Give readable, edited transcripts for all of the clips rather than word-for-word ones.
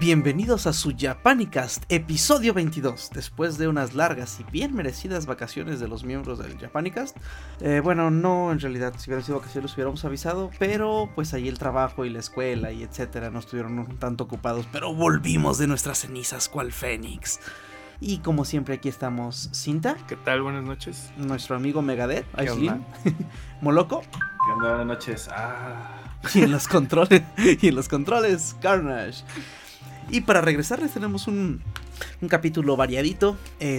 Bienvenidos a su Japanicast, episodio 22. Después de unas largas y bien merecidas vacaciones de los miembros del Japanicast. Bueno, no, en realidad, si hubieran sido vacaciones los hubiéramos avisado, pero pues ahí el trabajo y la escuela y etcétera no estuvieron un tanto ocupados, pero volvimos de nuestras cenizas cual fénix. Y como siempre aquí estamos Cinta. ¿Qué tal? Buenas noches. Nuestro amigo Megadeth, Aislinn, Moloco. ¿Qué onda? Buenas noches. Y en los controles, Carnage. Y para regresarles tenemos un capítulo variadito.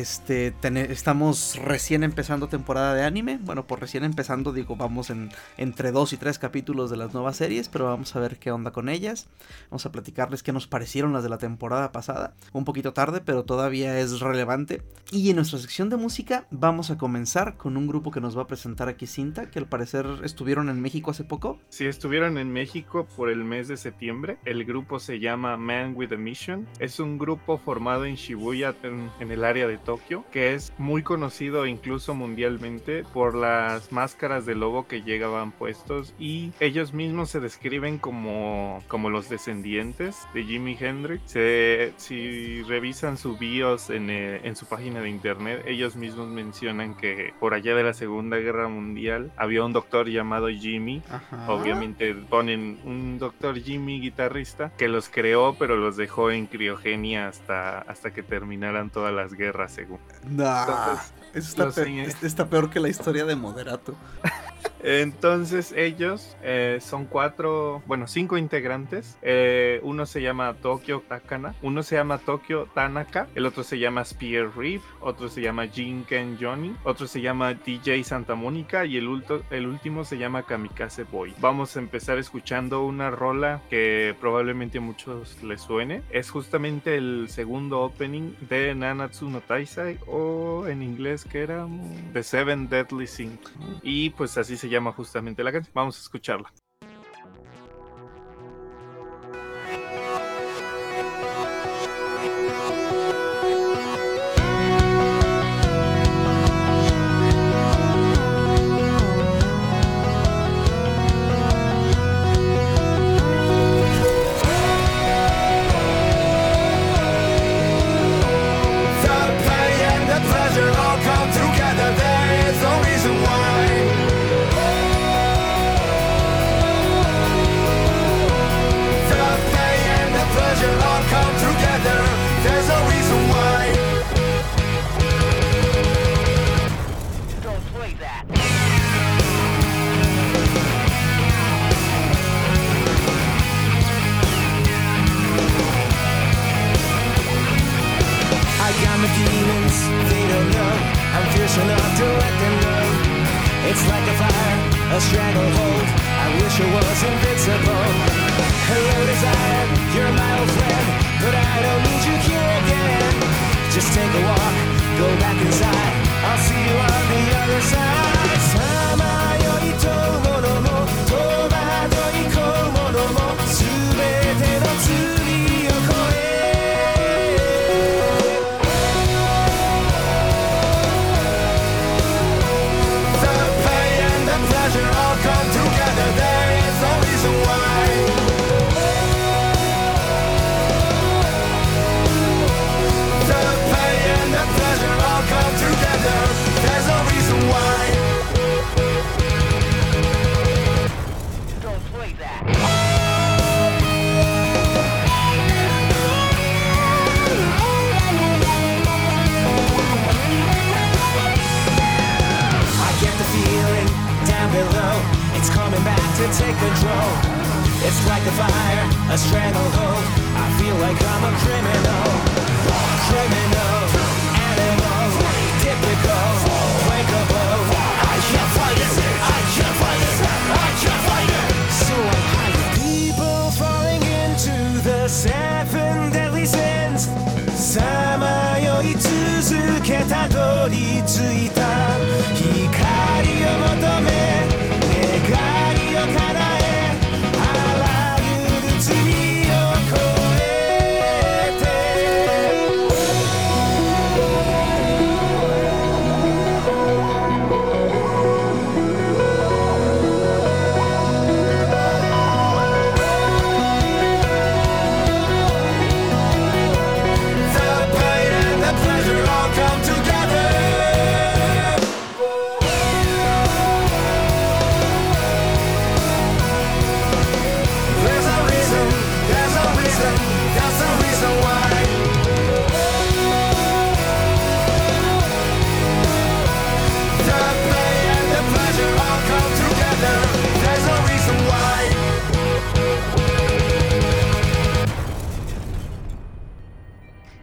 Estamos recién empezando temporada de anime. Bueno, por recién empezando digo, vamos entre 2 y 3 capítulos de las nuevas series, pero vamos a ver qué onda con ellas. Vamos a platicarles qué nos parecieron las de la temporada pasada. Un poquito tarde, pero todavía es relevante. Y en nuestra sección de música vamos a comenzar con un grupo que nos va a presentar aquí Cinta, que al parecer estuvieron en México hace poco. Sí, estuvieron en México por el mes de septiembre. El grupo se llama Man with a Mission. Es un grupo formado en Shibuya, en el área de Tokio, que es muy conocido incluso mundialmente por las máscaras de lobo que llegaban puestos, y ellos mismos se describen como los descendientes de Jimi Hendrix. Si revisan su bios en su página de internet, ellos mismos mencionan que por allá de la Segunda Guerra Mundial había un doctor llamado Jimi. Ajá. Obviamente ponen un doctor Jimi, guitarrista, que los creó pero los dejó en criogenia hasta que terminaran todas las guerras, según. Entonces, eso está peor que la historia de Moderato. Entonces ellos son 5 integrantes. Uno se llama Tokyo Takana, uno se llama Tokyo Tanaka, el otro se llama Spear Reef, otro se llama Jinken Johnny, otro se llama DJ Santa Mónica y el último se llama Kamikaze Boy. Vamos a empezar escuchando una rola que probablemente a muchos les suene. Es justamente el segundo opening de Nanatsu no Taizai, o en inglés que era The Seven Deadly Sins. Y pues así se llama justamente la canción. Vamos a escucharla.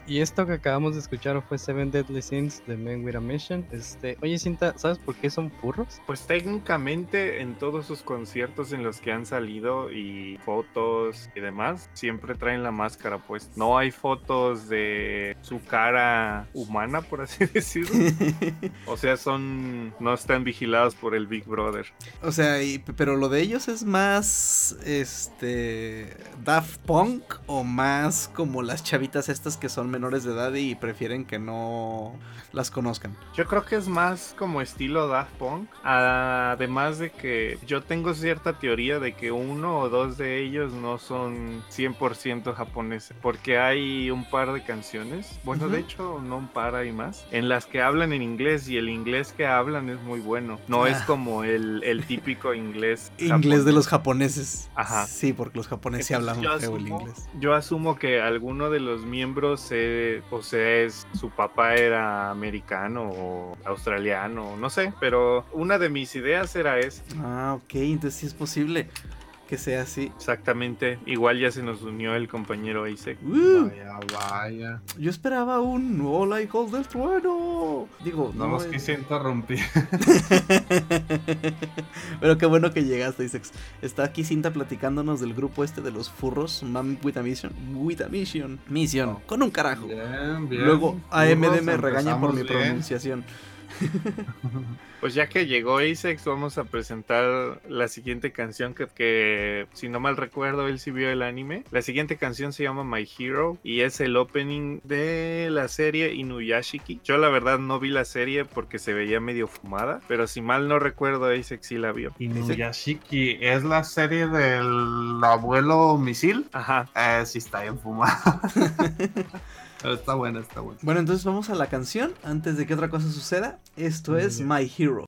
Y esto que acabamos de escuchar fue Seven Deadly Sins de Man with a Mission. Oye, Cinta, ¿sabes por qué son furros? Pues técnicamente en todos sus conciertos en los que han salido y fotos y demás, siempre traen la máscara pues. No hay fotos de su cara humana, por así decirlo. O sea, no están vigilados por el Big Brother. O sea, pero lo de ellos es más Daft Punk o más como las chavitas estas que son menores de edad y prefieren que no las conozcan. Yo creo que es más como estilo Daft Punk. Además de que yo tengo cierta teoría de que uno o dos de ellos no son 100% japoneses, porque hay un par de canciones, bueno, de hecho no un par, hay más, en las que hablan en inglés y el inglés que hablan es muy bueno. No es como el típico inglés japonés de los japoneses. Ajá. Sí, porque los japoneses sí hablan feo el inglés. Yo asumo que alguno de los miembros su papá era americano o australiano, no sé, pero una de mis ideas era esa. Ah, ok, entonces sí es posible que sea así. Exactamente, igual ya se nos unió el compañero Isaac. Vaya. Yo esperaba un hola hijos del trueno. Digo, no los quise interrumpir. Pero qué bueno que llegaste, Isaac. Está aquí Cinta platicándonos del grupo de los furros, Man with a Mission. Mission, con un carajo. Bien. Luego AMD me Burros, regaña por mi bien. pronunciación. Pues ya que llegó Isaac, vamos a presentar la siguiente canción que si no mal recuerdo, él sí vio el anime. La siguiente canción se llama My Hero y es el opening de la serie Inuyashiki. Yo la verdad no vi la serie porque se veía medio fumada, pero si mal no recuerdo, Isaac sí la vio. Inuyashiki es la serie del abuelo misil. Ajá. Sí está bien fumada. Pero está buena. Bueno, entonces vamos a la canción antes de que otra cosa suceda. Esto es My Hero.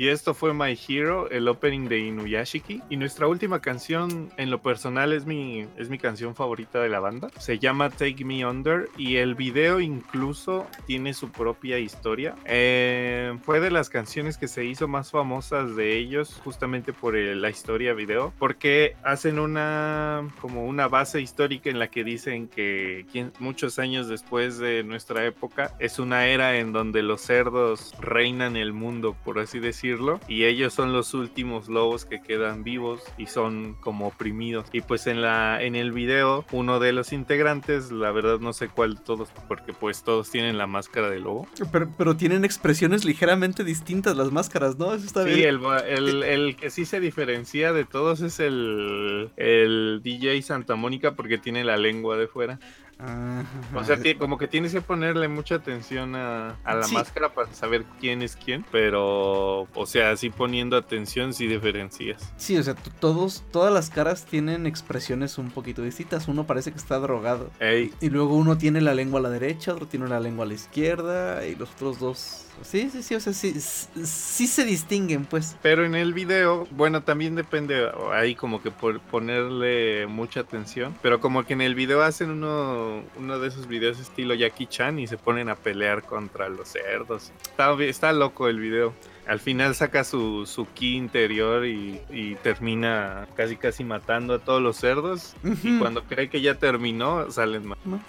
Y esto fue My Hero, el opening de Inuyashiki. Y nuestra última canción, en lo personal, es mi canción favorita de la banda. Se llama Take Me Under y el video incluso tiene su propia historia. Fue de las canciones que se hizo más famosas de ellos justamente por la historia video, porque hacen como una base histórica en la que dicen que muchos años después de nuestra época es una era en donde los cerdos reinan el mundo, por así decirlo, y ellos son los últimos lobos que quedan vivos y son como oprimidos. Y pues en el video uno de los integrantes, la verdad no sé cuál de todos, porque pues todos tienen la máscara de lobo. Pero tienen expresiones ligeramente distintas las máscaras, ¿no? Eso está bien. El que sí se diferencia de todos es el DJ Santa Mónica, porque tiene la lengua de fuera. Ajá. O sea, como que tienes que ponerle mucha atención a la máscara para saber quién es quién, pero, o sea, así poniendo atención sí diferencias. Sí, o sea, todas las caras tienen expresiones un poquito distintas. Uno parece que está drogado. Ey. Y luego uno tiene la lengua a la derecha, otro tiene la lengua a la izquierda, y los otros dos... Sí, o sea, sí se distinguen, pues. Pero en el video, bueno, también depende ahí como que por ponerle mucha atención, pero como que en el video hacen uno de esos videos estilo Jackie Chan y se ponen a pelear contra los cerdos. Está loco el video. Al final saca su ki interior y termina casi matando a todos los cerdos. Uh-huh. Y cuando cree que ya terminó, salen más. ¿No?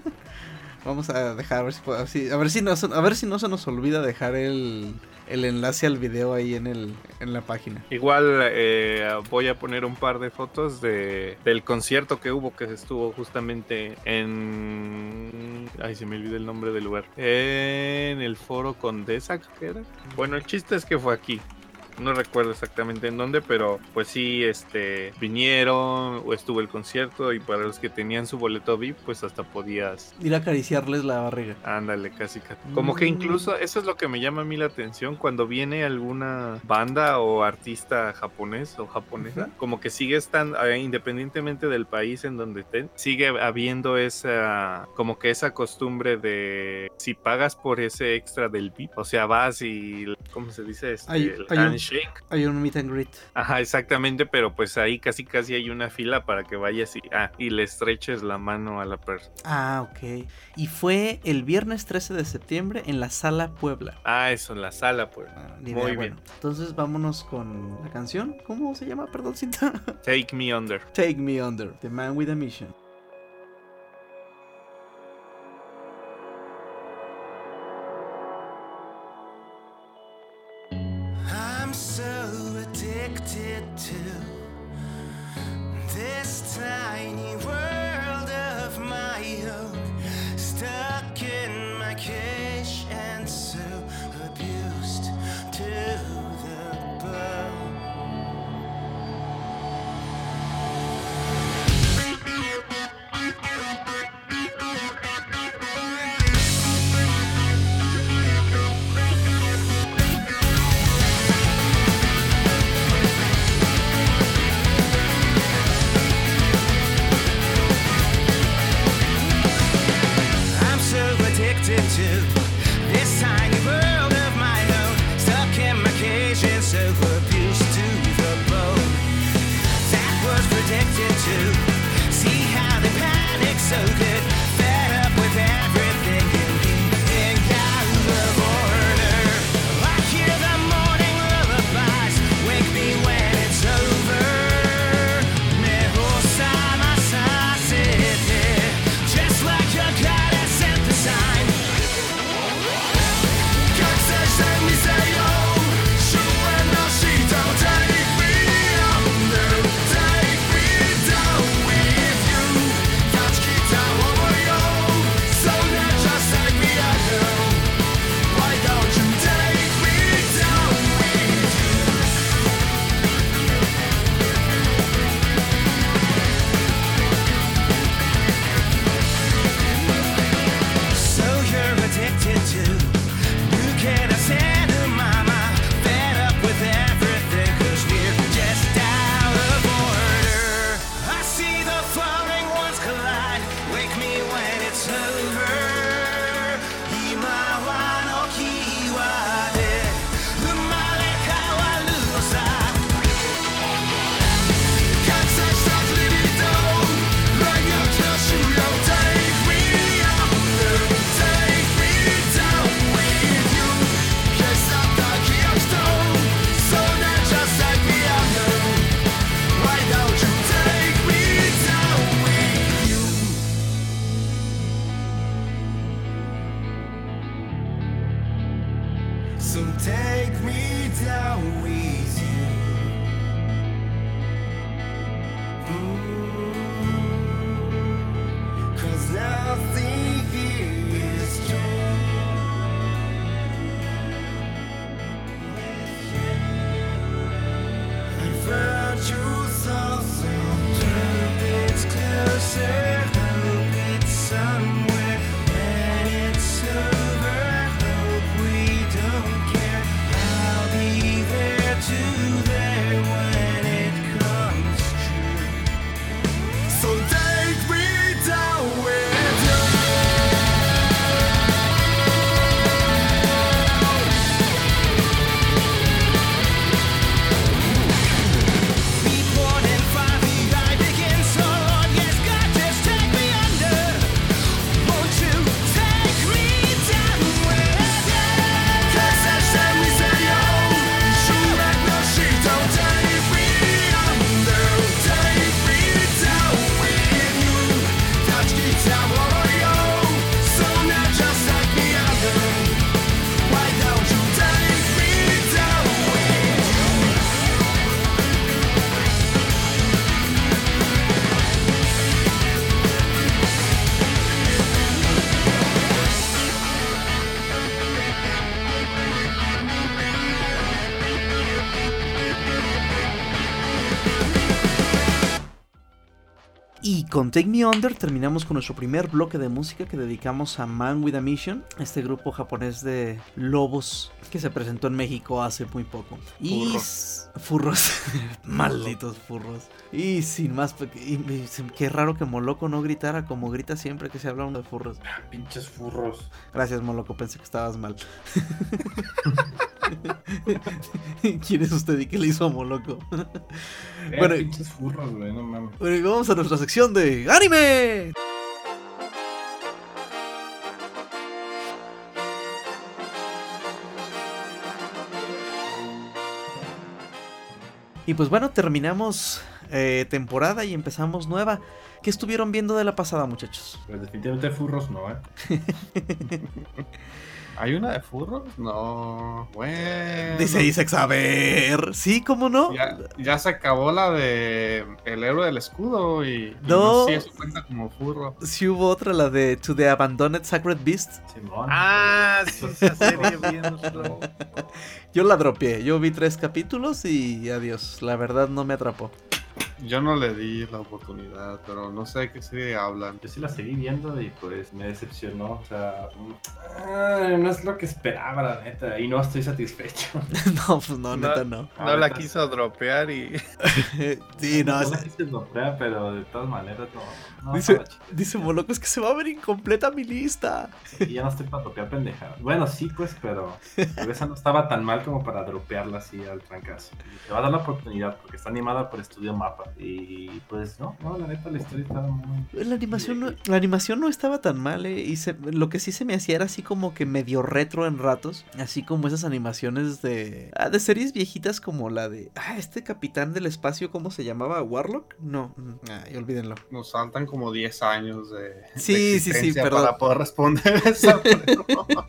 Vamos a dejar a ver si no se nos olvida dejar el enlace al video ahí en la página. Igual voy a poner un par de fotos del concierto que hubo, que estuvo justamente en... Ay, se me olvidó el nombre del lugar. En el Foro Condesa, ¿qué era? Bueno, el chiste es que fue aquí. No recuerdo exactamente en dónde, pero pues sí, vinieron o estuvo el concierto, y para los que tenían su boleto VIP, pues hasta podías ir a acariciarles la barriga. Ándale, casi. Como que incluso eso es lo que me llama a mí la atención cuando viene alguna banda o artista japonés o japonesa, uh-huh. Como que sigue estando, independientemente del país en donde estén, sigue habiendo esa costumbre de si pagas por ese extra del VIP, o sea, vas y, ¿cómo se dice? Hay un meet and greet. Ajá, exactamente, pero pues ahí casi hay una fila para que vayas y le estreches la mano a la persona. Ah, ok. Y fue el viernes 13 de septiembre en la Sala Puebla. Ah, eso, en la Sala Puebla. Muy bien. Entonces vámonos con la canción. ¿Cómo se llama? Perdón, cinta. Take Me Under. Take Me Under, The Man with a Mission. So addicted to this tiny world of my own, stuck in my cage and so abused to the bone. Y con Take Me Under terminamos con nuestro primer bloque de música que dedicamos a Man with a Mission, este grupo japonés de lobos que se presentó en México hace muy poco. Y furros, malditos furros. Y sin más, qué raro que Moloco no gritara como grita siempre que se habla de furros. Pinches furros. Gracias, Moloco, pensé que estabas mal. ¿Quién es usted y qué le hizo a Moloco? Bueno, pinches furros, güey, no mames. Bueno, y vamos a nuestra sección de ¡Anime! Y pues bueno, terminamos temporada y empezamos nueva. ¿Qué estuvieron viendo de la pasada, muchachos? Pues definitivamente furros no, ¿Hay una de furros? No, bueno. Dice Isaac, a ver. Sí, ¿cómo no? Ya se acabó la de El héroe del escudo y No. sé si eso cuenta como furro. Sí hubo otra, la de To the Abandoned Sacred Beast. Simón. Sí, esa serie bien slow. Yo la dropeé, yo vi 3 capítulos y adiós. La verdad no me atrapó. Yo no le di la oportunidad, pero no sé de qué serie hablan. Yo sí la seguí viendo y pues me decepcionó, o sea, no es lo que esperaba, la neta, y no estoy satisfecho. No, pues no, neta no. No la quiso dropear y... Sí, no. No la quise nombrar, pero de todas maneras no Dice Moloco, es que se va a ver incompleta mi lista. Sí, ya no estoy para dropear pendejada. Bueno, sí, pues, pero esa no estaba tan mal como para dropearla así al trancazo. Y te va a dar la oportunidad porque está animada por Estudio Mapa. Y pues no, la neta la historia estaba muy... La animación no estaba tan mal, y lo que sí se me hacía era así como que medio retro en ratos. Así como esas animaciones de series viejitas como la de... este capitán del espacio, ¿cómo se llamaba? ¿Warlock? No, olvídenlo. Nos saltan como 10 años de Sí, existencia perdón. para poder responder esa pregunta.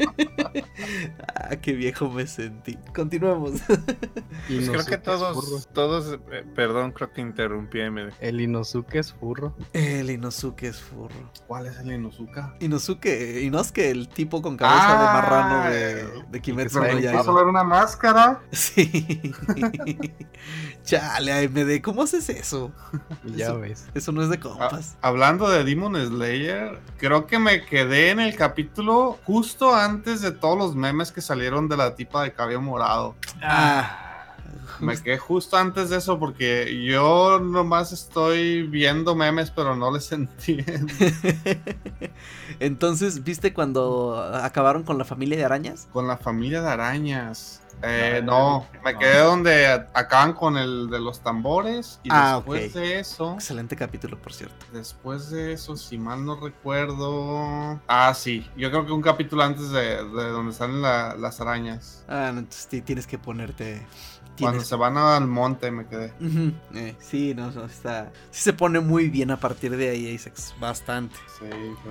Qué viejo me sentí. Continuemos. Pues creo que todos, perdón, creo que interrumpí a MD. El Inosuke es furro. El Inosuke es furro. ¿Cuál es el Inosuka? Inosuke, el tipo con cabeza de marrano de Kimetsu no ¿Va a Yaiba. sonar una máscara? Sí. Chale, AMD, ¿cómo haces eso? Ya ves. Eso no es de compas. Hablando de Demon Slayer, creo que me quedé en el capítulo justo antes de todos los memes que salieron de la tipa de cabello morado. Me quedé justo antes de eso porque yo nomás estoy viendo memes pero no les entiendo. Entonces, ¿viste cuando acabaron con la familia de arañas? Con la familia de arañas. No, me quedé donde acaban con el de los tambores y después de eso... Excelente capítulo, por cierto. Después de eso, si mal no recuerdo... sí, yo creo que un capítulo antes de donde salen las arañas. No, entonces tienes que ponerte... Cuando se van al monte me quedé. Sí, no, está... Sí se pone muy bien a partir de ahí, Isaac, bastante. Sí,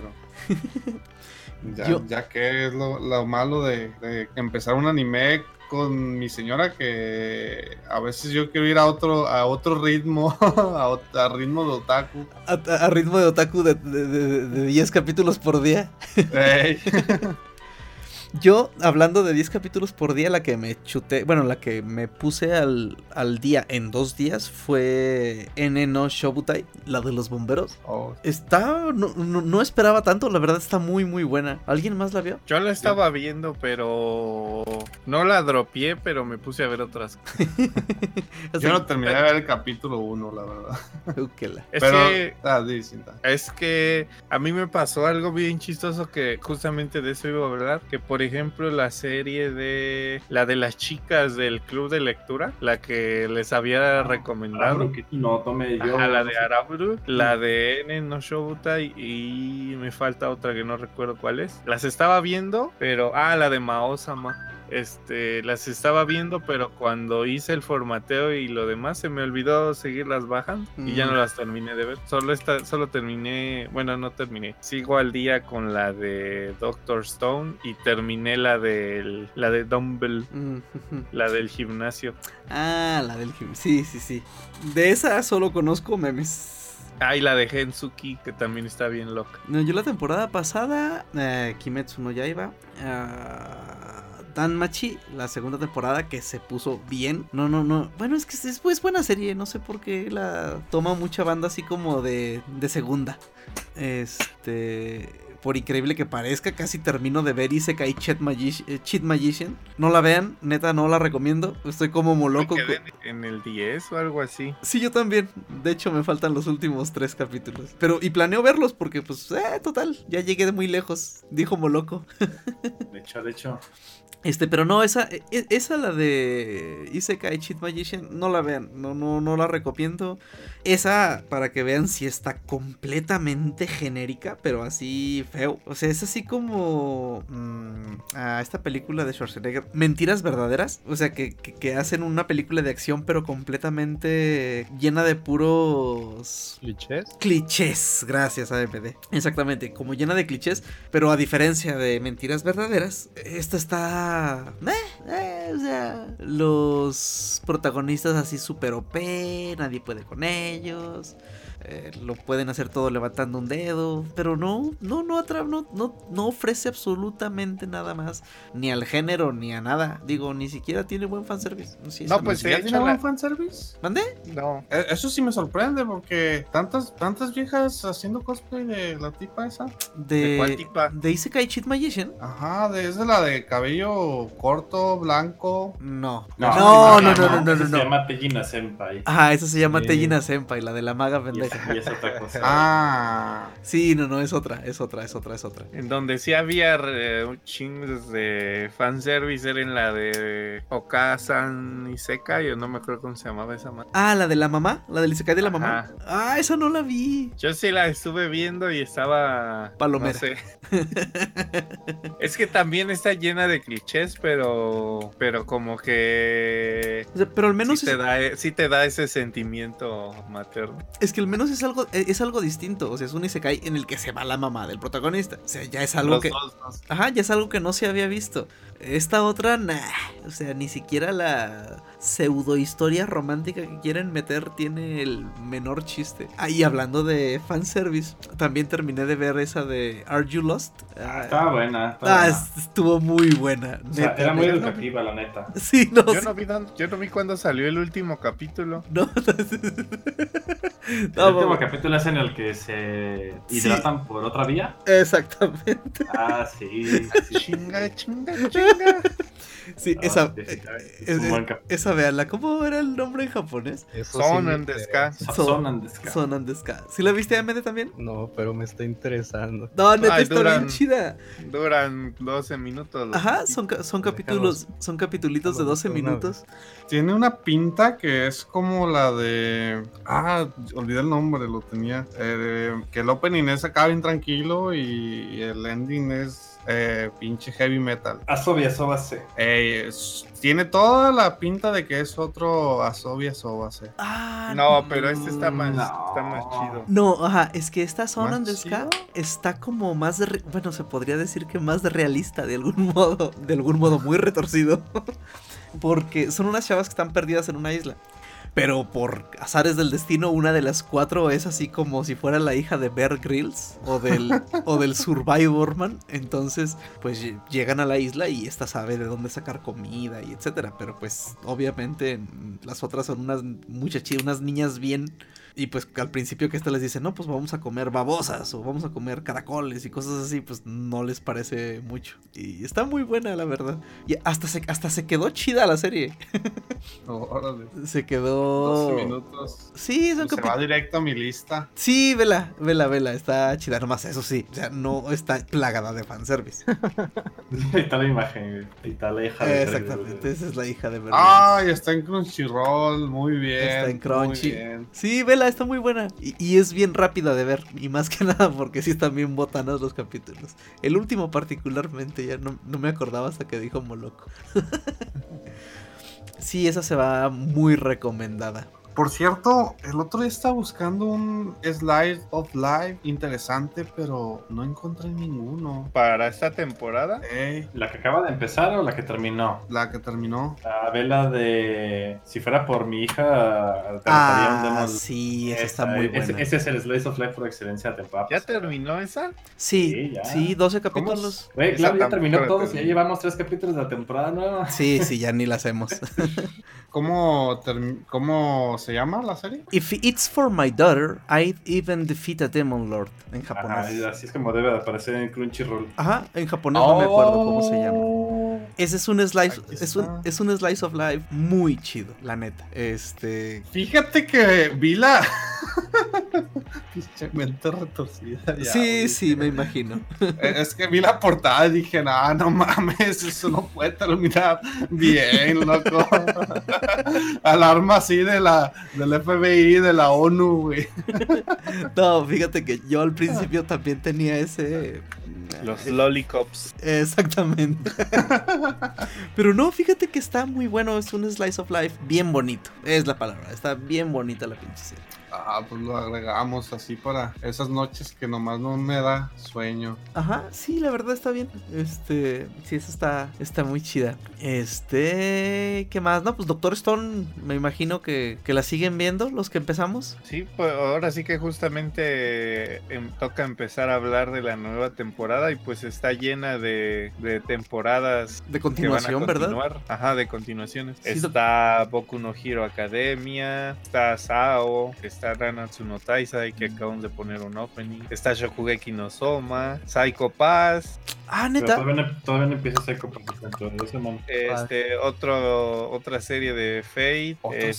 pero... Ya que es lo malo de empezar un anime con mi señora, que a veces yo quiero ir a otro ritmo, a ritmo de otaku. A ritmo de otaku de 10 capítulos por día. Yo, hablando de 10 capítulos por día, la que me chuté, bueno, la que me puse al día en 2 días fue N no Shobutai, la de los bomberos. No esperaba tanto, la verdad está muy muy buena. ¿Alguien más la vio? Yo la estaba viendo, pero no la dropeé, pero me puse a ver otras. Yo no terminé de ver el capítulo 1, la verdad. Es que a mí me pasó algo bien chistoso que justamente de eso iba a hablar, que por ejemplo la serie de las chicas del club de lectura, la que les había recomendado, la de Araburu, la de N no Shobutai y me falta otra que no recuerdo cuál es. Las estaba viendo, pero la de Mao-sama. Las estaba viendo, pero cuando hice el formateo y lo demás se me olvidó seguirlas bajando y ya no las terminé de ver. Solo terminé, bueno, no terminé. Sigo al día con la de Doctor Stone y terminé la de Dumbbell, la del gimnasio. La del gimnasio. Sí. De esa solo conozco memes. Y la de Gensuki, que también está bien loca. No, yo la temporada pasada, Kimetsu no Yaiba, Danmachi, la segunda temporada que se puso bien. No. Bueno, es que es buena serie, no sé por qué la toma mucha banda así como de segunda. Por increíble que parezca, casi termino de ver Isekai Cheat Magician. No la vean, neta, no la recomiendo. Estoy como loco. Me quedé en el 10 o algo así. Sí, yo también. De hecho, me faltan los últimos 3 capítulos. Y planeo verlos porque, pues, total, ya llegué de muy lejos. Dijo Moloco. De hecho. Pero no, esa la de Isekai Cheat Magician, no la vean, no la recomiendo. Esa, para que vean, si está completamente genérica, pero así feo. O sea, es así como esta película de Schwarzenegger, Mentiras Verdaderas. O sea, que hacen una película de acción, pero completamente llena de puros... Clichés, gracias AMD. Exactamente, como llena de clichés, pero a diferencia de Mentiras Verdaderas, esta está... o sea, los protagonistas así super OP, nadie puede con ellos. Lo pueden hacer todo levantando un dedo, pero no ofrece absolutamente nada más, ni al género ni a nada. Digo, ni siquiera tiene buen fanservice. Sí, no, pues ¿ya tiene buen fanservice? ¿Mande? No. Eso sí me sorprende porque tantas viejas haciendo cosplay de la tipa esa. ¿De cuál tipa? De Isekai Cheat Magician. Ajá, es de la de cabello corto, blanco. No. Se llama Tejina Senpai. Ajá, esa se llama Tejina Senpai, la de la maga pendeja. Y es otra cosa. Sí, no, es otra. En donde sí había un chingos de fanservice era en la de Okasan Isekai, yo no me acuerdo cómo se llamaba esa madre. La de la mamá, la del Isekai de la mamá. Esa no la vi. Yo sí la estuve viendo y estaba... palomera. No sé. Es que también está llena de clichés, pero como que... O sea, pero al menos sí te da ese sentimiento materno. Es que al menos es algo distinto. O sea, es un Isekai en el que se va la mamá del protagonista. O sea, ya es algo dos. Ajá, ya es algo que no se había visto. Esta otra, o sea, ni siquiera la pseudo historia romántica que quieren meter tiene el menor chiste. Y hablando de fanservice, también terminé de ver esa de Are You Lost? Estaba buena. Estuvo muy buena. O sea, era muy educativa, la neta. Sí, no. Yo no vi cuando salió el último capítulo. No. El último capítulo es en el que se hidratan por otra vía. Exactamente. Sí. Chinga. Sí, esa véanla. ¿Cómo era el nombre en japonés? Son and the Ska. Son and the Ska. ¿Sí la viste, AMD, también? No, pero me está interesando. No, neta, está bien chida. Duran 12 minutos. Ajá, son capítulos, son capitulitos de 12 minutos. Tiene una pinta que es como la de... olvidé el nombre, lo tenía. Que el opening es acá bien tranquilo y el ending es... pinche heavy metal. Asobi Asobase. Tiene toda la pinta de que es otro Asobi Asobase. No, pero este está más chido. No, es que esta Son and the Ska está como más de... Bueno, se podría decir que más de realista de algún modo muy retorcido. Porque son unas chavas que están perdidas en una isla. Pero por azares del destino, una de las 4 es así como si fuera la hija de Bear Grylls o del Survivorman. Entonces, pues llegan a la isla y esta sabe de dónde sacar comida y etcétera. Pero pues, obviamente, las otras son unas niñas bien. Y pues al principio que esta les dice, no, pues vamos a comer babosas o vamos a comer caracoles y cosas así, pues no les parece mucho. Y está muy buena, la verdad. Y hasta se quedó chida la serie. Órale. Se quedó... 12 minutos. Sí, son Se va directo a mi lista. Sí, vela, está chida. Nomás eso sí, o sea, no está plagada de fanservice. Ahí está la imagen, ahí está la hija de... Exactamente, esa es la hija de Bear. Está en Crunchyroll, muy bien. Está en Crunchy. Sí, vela, está muy buena. Y es bien rápida de ver. Y más que nada porque sí están bien botanos los capítulos. El último particularmente, ya no me acordaba hasta que dijo Moloco. Sí, esa se va muy recomendada. Por cierto, el otro día estaba buscando un Slice of Life interesante, pero no encontré ninguno. Para esta temporada. ¿La que acaba de empezar o la que terminó? La que terminó. La vela de... Si fuera por mi hija, te notaría un demo. Sí, esa está muy buena. Ese es el Slice of Life por excelencia de temporada. ¿Ya terminó esa? Sí, ya. sí, 12 capítulos. Güey, claro, ya Esa terminó tampoco todos y ya llevamos 3 capítulos de la temporada nueva. Sí, ya ni la hacemos. ¿Cómo se llama la serie? If it's for my daughter, I'd even defeat a demon lord. En japonés. Ajá, así es como debe de aparecer en Crunchyroll. Ajá, en japonés no me acuerdo cómo se llama. Ese es un slice, Aquí es un slice of life muy chido, la neta. Fíjate que vi la... Pinche mente retorcida. Ya, sí, me imagino. Es que vi la portada y dije, no mames, eso no puede terminar bien, loco. Alarma así del FBI, de la ONU, güey. No, fíjate que yo al principio también tenía ese... Los lollipops. Exactamente. Pero no, fíjate que está muy bueno. Es un slice of life bien bonito. Es la palabra. Está bien bonita la pinche serie. Pues lo agregamos así para esas noches que nomás no me da sueño. Ajá, sí, la verdad está bien. Sí, esa está muy chida. ¿Qué más? No, pues Doctor Stone, me imagino que la siguen viendo los que empezamos. Sí, pues ahora sí que justamente toca empezar a hablar de la nueva temporada y pues está llena de temporadas de continuación, que van a ¿verdad? Ajá, de continuaciones. Sí, está Boku no Hero Academia, está Sao, está Ranatsu no Taizai, que acabamos de poner un opening, está Shokugeki no Soma, Psycho Pass. Ah, neta. Todavía no empieza Psycho Pass dentro de ese momento. Otra serie de Fate.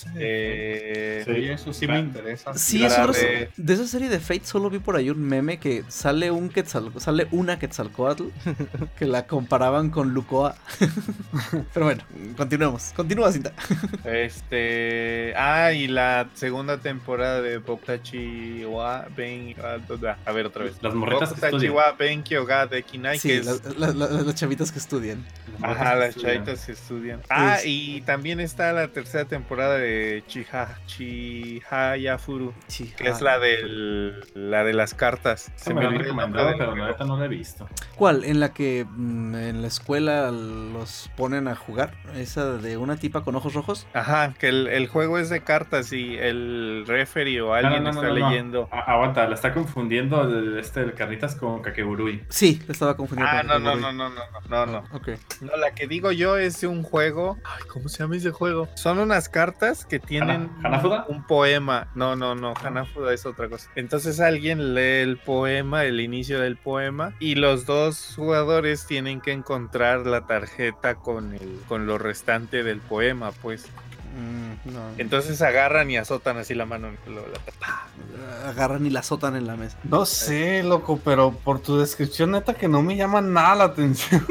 Sí, eso sí me interesa. Sí, de esa serie de Fate solo vi por ahí un meme que sale una Quetzalcóatl que la comparaban con Lucoa. Pero bueno, continuemos. Continúa, Cinta. Y la segunda temporada de Bokutachi wa Ben... A ver, otra vez. Las morritas que estudian. wa Benkyo ga Dekinai, sí, que es... las chavitas que estudian. Ajá, las chavitas que estudian. Y también está la tercera temporada de Chihayafuru, que es la de las cartas. Se me lo han recomendado, pero la neta no la he visto. ¿Cuál? ¿En la que en la escuela los ponen a jugar? ¿Esa de una tipa con ojos rojos? Ajá, que el juego es de cartas y el referee o alguien está leyendo. Aguanta, la está confundiendo el Carnitas con Kakegurui. Sí, la estaba confundiendo con Kakegurui. No. Okay. No, la que digo yo es de un juego. Ay, ¿cómo se llama ese juego? Son unas cartas que tienen ¿Hanafuda? Un poema. No, Hanafuda es otra cosa. Entonces alguien lee el poema, el inicio del poema, y los dos jugadores tienen que encontrar la tarjeta con lo restante del poema, pues. No. Entonces agarran y azotan así la mano. Agarran y la azotan en la mesa. No sé, loco, pero por tu descripción neta que no me llama nada la atención.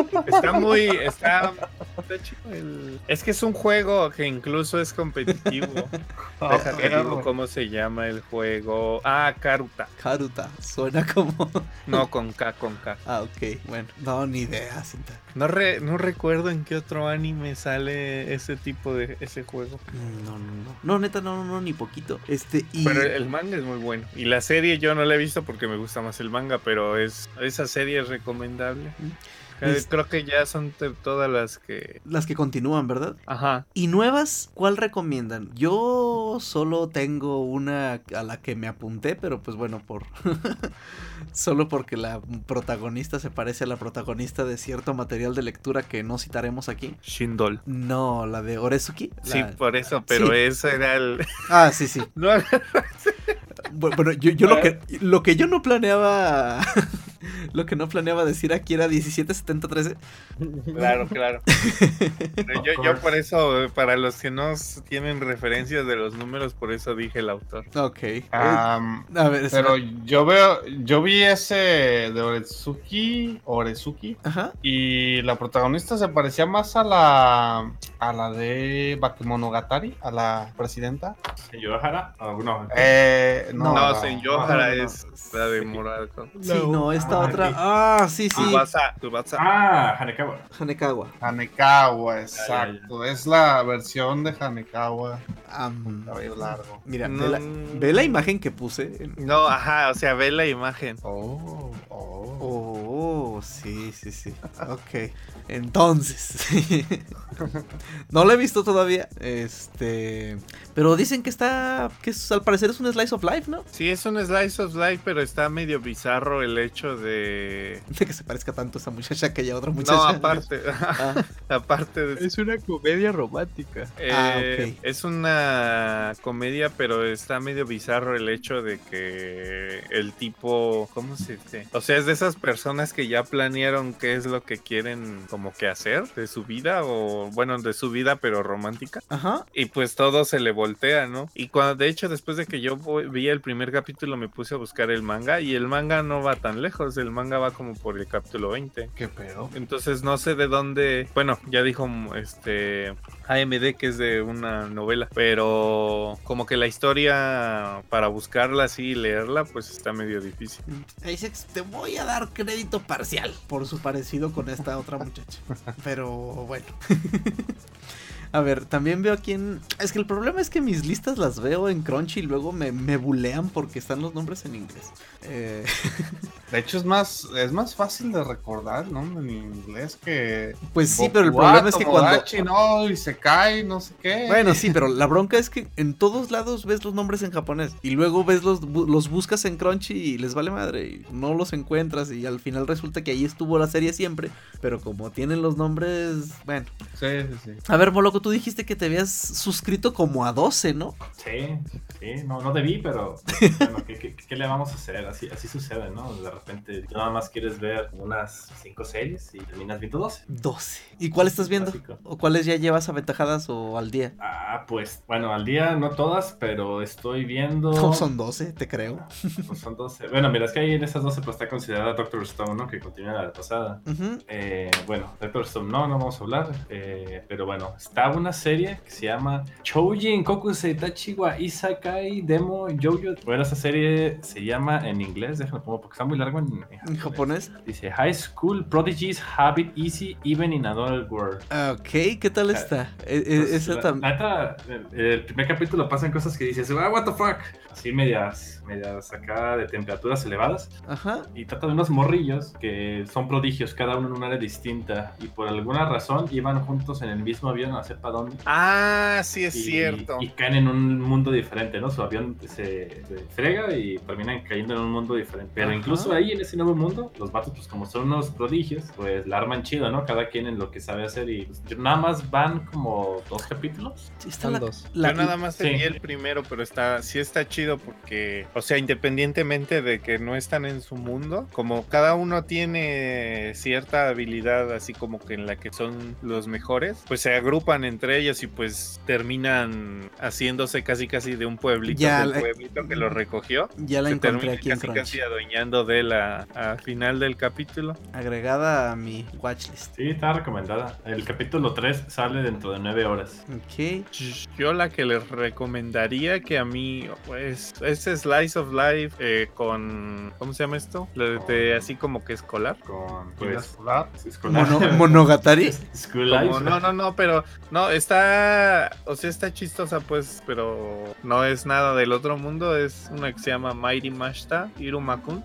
Está chido. Es que es un juego que incluso es competitivo. Déjate digo cómo se llama el juego. Karuta. Karuta, suena como... No, con K. Ok, bueno. No, ni idea, Cinta. No recuerdo en qué otro anime sale ese tipo de ese juego. No, neta, no, ni poquito. Pero el manga es muy bueno. Y la serie yo no la he visto porque me gusta más el manga, pero esa serie es recomendable. Creo que ya son todas las que continúan, ¿verdad? Ajá. ¿Y nuevas? ¿Cuál recomiendan? Yo solo tengo una a la que me apunté, pero pues bueno, solo porque la protagonista se parece a la protagonista de cierto material de lectura que no citaremos aquí. Shindol. No, la de Oresuki. Sí, por eso, pero eso era el... Sí. No. Bueno, yo lo que yo no planeaba... Lo que no planeaba decir aquí era 177013. Claro. yo por eso, para los que no tienen referencias de los números, por eso dije el autor. Ok. A ver, pero yo vi ese de Oresuki. Ajá. Y la protagonista se parecía más a la de Bakemonogatari, a la presidenta. ¿Senyōhara? No, Senyōhara es la de Morado. Sí, no, esta otra otra. Ah, sí. Tsubasa. Ah, Hanekawa. Hanekawa. Hanekawa, exacto. Es la versión de Hanekawa. Cabello largo. Mira, No. ve la imagen que puse. No, ajá, o sea, ve la imagen. Oh, sí. Ok. Entonces. No lo he visto todavía. Pero dicen que al parecer es un slice of life, ¿no? Sí, es un slice of life, pero está medio bizarro el hecho de Que se parezca tanto a esa muchacha que a otra muchacha. No, aparte. Aparte de... Es una comedia romántica. Ok. Es una comedia, pero está medio bizarro el hecho de que el tipo, ¿cómo se dice? O sea, es de esas personas que ya planearon qué es lo que quieren como que hacer de su vida, o bueno, de su vida pero romántica. Ajá. Y pues todo se le voltea, ¿no? Y cuando, de hecho, después de que yo vi el primer capítulo, me puse a buscar el manga, y el manga no va tan lejos, el manga va como por el capítulo 20. ¿Qué pedo? Entonces no sé de dónde, bueno, ya dijo AMD que es de una novela, pero como que la historia para buscarla así y leerla, pues está medio difícil. Dice, te voy a dar crédito parcial por su parecido con esta otra muchacha. Pero bueno. A ver, también veo aquí Es que el problema es que mis listas las veo en Crunchy y luego me bulean porque están los nombres en inglés. De hecho es más fácil de recordar, ¿no? En inglés que... Pues sí, pero el problema es que cuando... No, y se cae, no sé qué. Bueno, sí, pero la bronca es que en todos lados ves los nombres en japonés y luego ves los buscas en Crunchy y les vale madre y no los encuentras y al final resulta que ahí estuvo la serie siempre, pero como tienen los nombres, bueno. Sí. A ver, Moloco, tú dijiste que te habías suscrito como a 12, ¿no? Sí, no debí, pero bueno, ¿qué le vamos a hacer? Así sucede, ¿no? De repente nada más quieres ver unas 5 series y terminas viendo 12. 12. ¿Y cuál estás viendo? Básico. ¿O cuáles ya llevas aventajadas o al día? Pues, bueno, al día no todas, pero estoy viendo... No, son 12, te creo. Pues son 12. Bueno, mira, es que ahí en esas 12 pues está considerada Doctor Stone, ¿no? Que continúa la pasada. Uh-huh. Bueno, Doctor Stone no vamos a hablar. Pero bueno, está una serie que se llama Choujin Kokusei Tachiwa Isekai Demo Joujo. Bueno, esa serie se llama en inglés, déjame pongo porque está muy largo ¿En japonés? Dice High School Prodigies Have It Easy Even in Adult World. Ok, ¿qué tal está? Esa también. El primer capítulo pasan cosas que dices, what the fuck. Así medias acá de temperaturas elevadas. Ajá. Y trata de unos morrillos que son prodigios, cada uno en un área distinta. Y por alguna razón iban juntos en el mismo avión, no sé para dónde. Ah, sí, es cierto. Y caen en un mundo diferente, ¿no? Su avión se frega y terminan cayendo en un mundo diferente. Pero incluso ahí, en ese nuevo mundo, los vatos, pues como son unos prodigios, pues la arman chido, ¿no? Cada quien en lo que sabe hacer. Y pues, nada más van como 2 capítulos. Sí, está dos. Yo nada más tenía el primero, pero sí está chido porque, o sea, independientemente de que no están en su mundo, como cada uno tiene cierta habilidad así como que en la que son los mejores, pues se agrupan entre ellos y pues terminan haciéndose casi de un pueblito, pueblito que lo recogió. Ya la encontré aquí en casi adueñando de él a final del capítulo. Agregada a mi watchlist. Sí, está recomendada. El capítulo 3 sale dentro de 9 horas. Ok. Yo la que les recomendaría que a mí, pues, ese Slice of Life con, ¿cómo se llama esto? Así como que escolar. Con, pues, Monogatari. School Life. No, pero no, está chistosa, pues, pero no es nada del otro mundo. Es una que se llama Mighty Mashita Irumakun.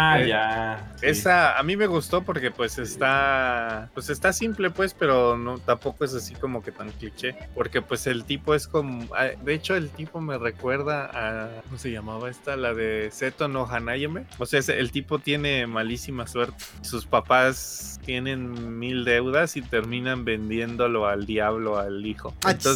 Ya. Sí. Esa a mí me gustó porque pues está simple, pues, pero no tampoco es así como que tan cliché, porque pues el tipo es como, de hecho el tipo me recuerda a, ¿cómo se llamaba esta? La de Seto no Hanayame. O sea, el tipo tiene malísima suerte. Sus papás tienen 1000 deudas y terminan vendiéndolo al diablo, al hijo.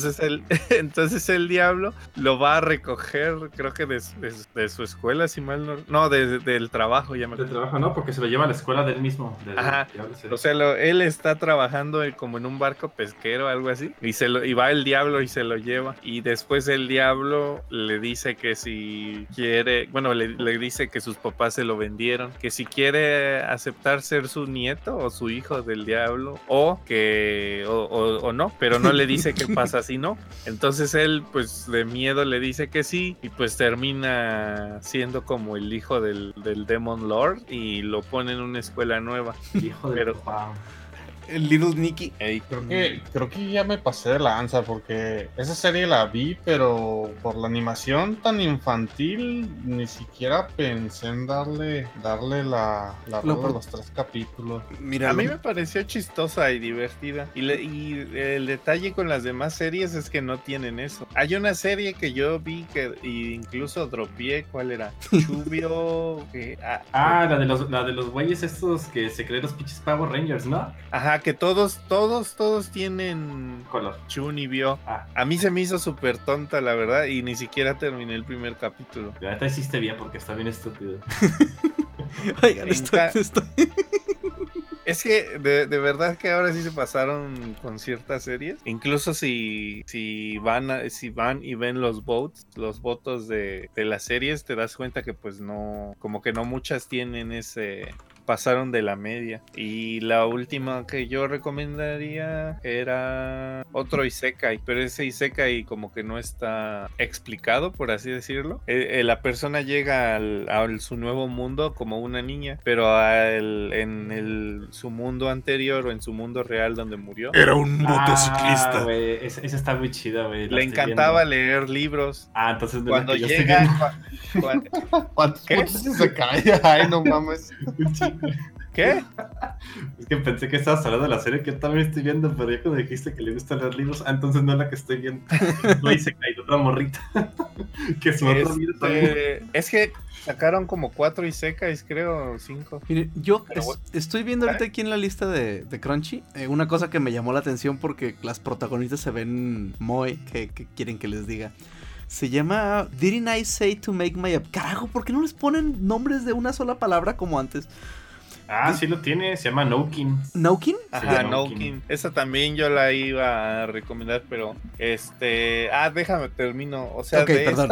Entonces el diablo lo va a recoger, creo que de su escuela, si mal no, del trabajo, ya me Del trabajo, no, porque se lo lleva a la escuela del mismo. Ajá. O sea, él está trabajando como en un barco pesquero, algo así, y va el diablo y se lo lleva. Y después el diablo le dice que si quiere, bueno, le dice que sus papás se lo vendieron, que si quiere aceptar ser su nieto o su hijo del diablo, o no, pero no le dice qué pasa si no. Entonces él, pues de miedo le dice que sí, y pues termina siendo como el hijo del Demon Lord y lo pone en una escuela nueva. El hijo de Pero- papá. El Little Nicky. Ey, Creo que ya me pasé de lanza porque esa serie la vi, pero por la animación tan infantil ni siquiera pensé en darle la rola a los 3 capítulos. Mira, a mí me pareció chistosa y divertida. Y el detalle con las demás series es que no tienen eso. Hay una serie que yo vi que incluso dropié, ¿cuál era? Chubio. La de los güeyes estos que se creen los pinches Power Rangers, ¿no? Ajá, que todos tienen Color. Chun y Bio. Ah, A mí se me hizo súper tonta, la verdad, y ni siquiera terminé el primer capítulo. la neta hiciste bien porque está bien estúpido. oigan, estoy... Es que de verdad que ahora sí se pasaron con ciertas series. Incluso si van y ven los votos de las series, te das cuenta que pues no, como que no muchas tienen pasaron de la media. Y la última que yo recomendaría era otro Isekai, pero ese Isekai como que no está explicado, por así decirlo. La persona llega a su nuevo mundo como una niña, pero su mundo anterior o en su mundo real donde murió, Era un motociclista. Güey, esa está muy chida, güey. le encantaba leer libros. Entonces de Cuando la que yo estoy llega... ¿Cuántos ¿Qué? puntos se cae? Ay, no mames. viendo- ¿Qué? Es que pensé que estabas hablando de la serie que yo también estoy viendo, pero ya cuando dijiste que le gusta leer libros, entonces no es la que estoy viendo. No hice caído otra morrita. Que su otro libro también. Es que sacaron como 4 Isekais, creo, 5. Mire, yo Pero estoy viendo ahorita aquí en la lista de Crunchy una cosa que me llamó la atención porque las protagonistas se ven moe, que quieren que les diga. Se llama Didn't I Say to Make My Up. Carajo, ¿por qué no les ponen nombres de una sola palabra como antes? Sí lo tiene, se llama Noukin. ¿Naukin? Ajá, Noukin. Noukin. Esa también yo la iba a recomendar, pero déjame termino. O sea, Ok, de perdón.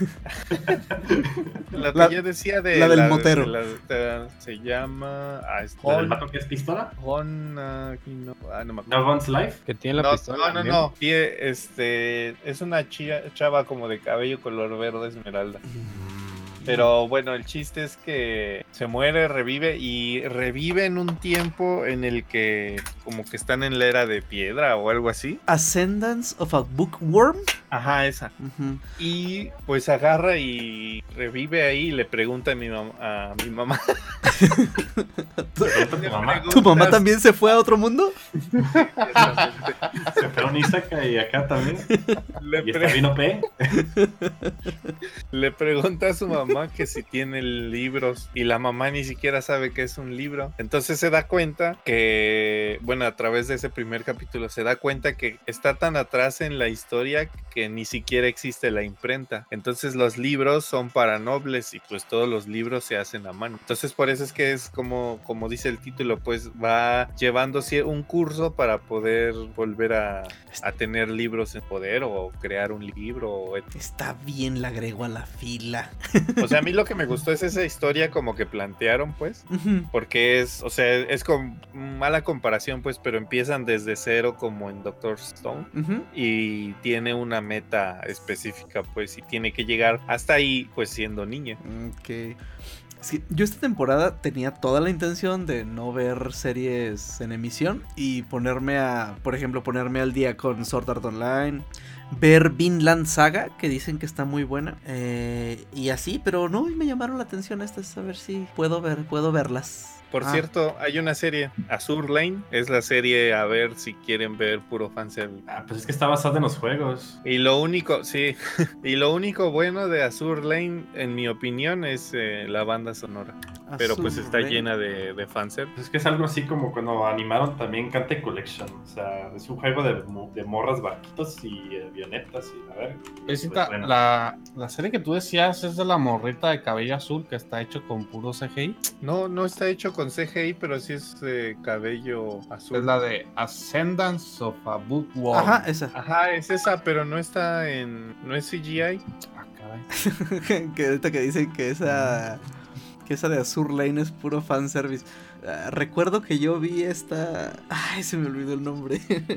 la que yo decía de la del motero. se llama ¿La del vato que es pistola? no me acuerdo. No One's Life. Que tiene la pistola. No. Es una chava como de cabello color verde esmeralda. Pero bueno, el chiste es que se muere, revive en un tiempo en el que como que están en la era de piedra o algo así. Ascendance of a Bookworm. Ajá, esa. Ujú. Y pues agarra y revive ahí y le pregunta a mi mamá. Pregunta a tu mamá. ¿Tu mamá también se fue a otro mundo? Se fue a un Isaka y acá también. Y está bien OP. Le pregunta a su mamá que si tiene libros y la mamá ni siquiera sabe que es un libro. Entonces se da cuenta que, bueno, a través de ese primer capítulo se da cuenta que está tan atrás en la historia que ni siquiera existe la imprenta. Entonces los libros son para nobles y pues todos los libros se hacen a mano. Entonces por eso es que es como dice el título, pues va llevando un curso para poder volver a tener libros en poder o crear un libro. Está bien, la agrego a la fila. O sea, a mí lo que me gustó es esa historia como que plantearon, pues, Ujú. porque es con mala comparación, pues, pero empiezan desde cero como en Doctor Stone Ujú. y tiene una meta específica, pues, y tiene que llegar hasta ahí, pues, siendo niña. Ok. Sí, yo esta temporada tenía toda la intención de no ver series en emisión y ponerme al día con Sword Art Online, ver Vinland Saga, que dicen que está muy buena, y así, pero no, me llamaron la atención estas, a ver si puedo verlas. Por cierto, hay una serie, Azur Lane, es la serie a ver si quieren ver puro fanservice. Pues es que está basado en los juegos. Y lo único, sí, y lo único bueno de Azur Lane, en mi opinión, es la banda sonora. Pero pues está llena de fanservice. Pues es que es algo así como cuando animaron también Kante Collection. O sea, es un juego de morras, barquitos y avionetas y a ver. Pues, bueno. la serie que tú decías es de la morrita de cabello azul que está hecho con puro CGI. No está hecho con CGI, pero sí es cabello azul. Es la de Ascendance of a Bookworm. Ajá, esa. Ajá, es esa, pero no es CGI. Ah, caray. Que ahorita que dicen que esa de Azur Lane es puro fanservice. Recuerdo que yo vi esta... Ay, se me olvidó el nombre.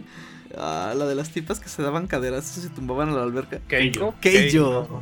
Ah, la de las tipas que se daban caderazos y se tumbaban a la alberca. Keiko. Keijo.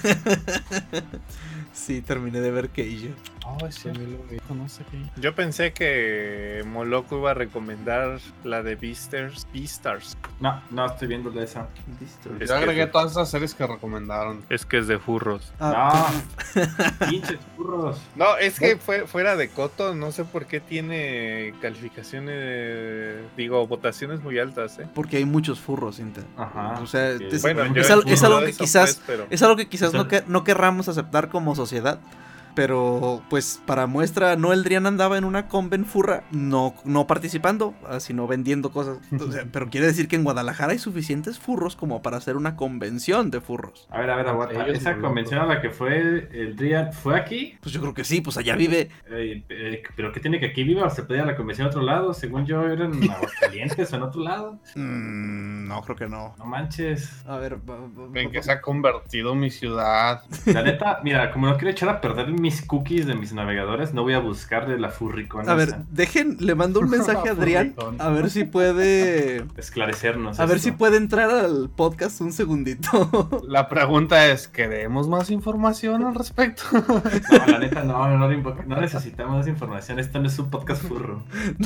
Sí, terminé de ver Keijo. Oh, ese no sé qué. Yo pensé que Moloco iba a recomendar la de Beastars. No, estoy viendo esa. Es Yo que- agregué todas esas series que recomendaron. Es que es de furros. Ah, No, pinches burros. No, es que fuera de coto, no sé por qué tiene calificaciones, votaciones muy altas, ¿eh? porque hay muchos furros, Cinta. Ajá. O sea, Que- es, Bueno, es yo al- es algo de que eso, quizás, pues, pero- es algo que quizás Eso- no querramos aceptar como sociedad. Pero, pues, para muestra, no, el Drian andaba en una conven furra, no participando, sino vendiendo cosas. O sea, pero quiere decir que en Guadalajara hay suficientes furros como para hacer una convención de furros. A ver, aguanta. Ellos Esa muy convención a la que fue el Driad, ¿fue aquí? Pues yo creo que sí, pues allá vive. ¿Pero qué tiene que aquí viva? ¿O se pedía la convención a otro lado? Según yo, eran en Aguascalientes o en otro lado. No, creo que no. No manches. A ver, En que se ha convertido mi ciudad. La neta, mira, como no quiero echar a perder mis cookies de mis navegadores, no voy a buscar de la furricona. a ver, esa. le mando un mensaje a Adrián, Furricón. a ver si puede, Esclarecernos. a ver esto. si puede entrar al podcast un segundito. La pregunta es, ¿queremos más información al respecto? No, la neta, no necesitamos esa información. Esto no es un podcast furro.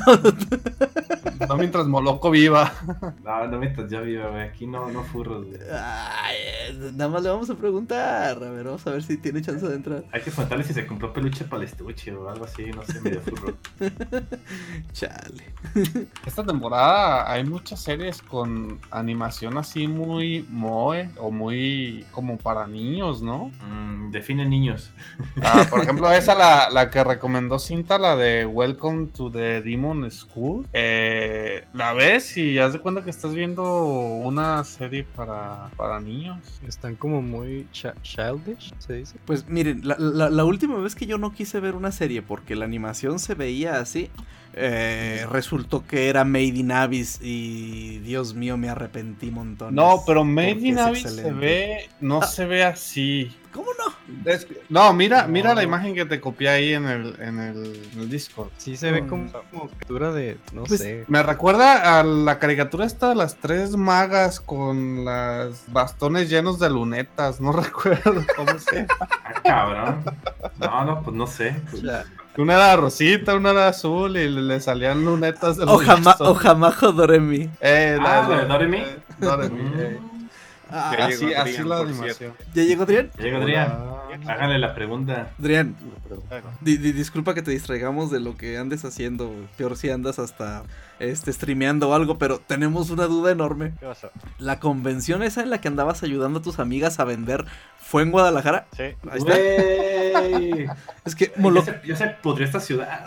No mientras Moloco viva. No mientras yo viva, güey. Aquí no furros, güey. Ay, nada más le vamos a preguntar, a ver, vamos a ver si tiene chance de entrar. Hay que preguntarle si se compró peluche para el estuche o algo así, no sé, medio furro. Chale. Esta temporada hay muchas series con animación así muy moe o muy como para niños, ¿no? Define niños. Por ejemplo, esa la que recomendó Cinta, la de Welcome to the Demon School. La ves y haz de cuenta que estás viendo una serie para niños. Están como muy childish, se dice. Pues miren, la última vez que yo no quise ver una serie porque la animación se veía así, resultó que era Made in Abyss y Dios mío, me arrepentí montones. No, pero Made porque in es Abyss excelente. se ve así. ¿Cómo no? No, mira la imagen que te copié ahí en el Discord. Sí se ve como captura de, no Pues, sé. Me recuerda a la caricatura esta de las tres magas con las bastones llenos de lunetas. No recuerdo cómo se llama. Ah, cabrón. No, pues no sé. Ya. Una era rosita, una era azul y le salían lunetas de los Ojamajo Doremi. ¿La de Doremi? Doremi, Ah, Ya Así, llegó así Adrián, la por animación. ¿Ya llegó Adrián? Llega Adrián. Háganle la pregunta. Adrián, disculpa que te distraigamos de lo que andes haciendo. Peor si andas hasta streameando o algo, pero tenemos una duda enorme. ¿Qué pasó? ¿La convención esa en la que andabas ayudando a tus amigas a vender fue en Guadalajara? Sí. Ahí está. ¡Wey! Es que Ya se pudrió esta ciudad.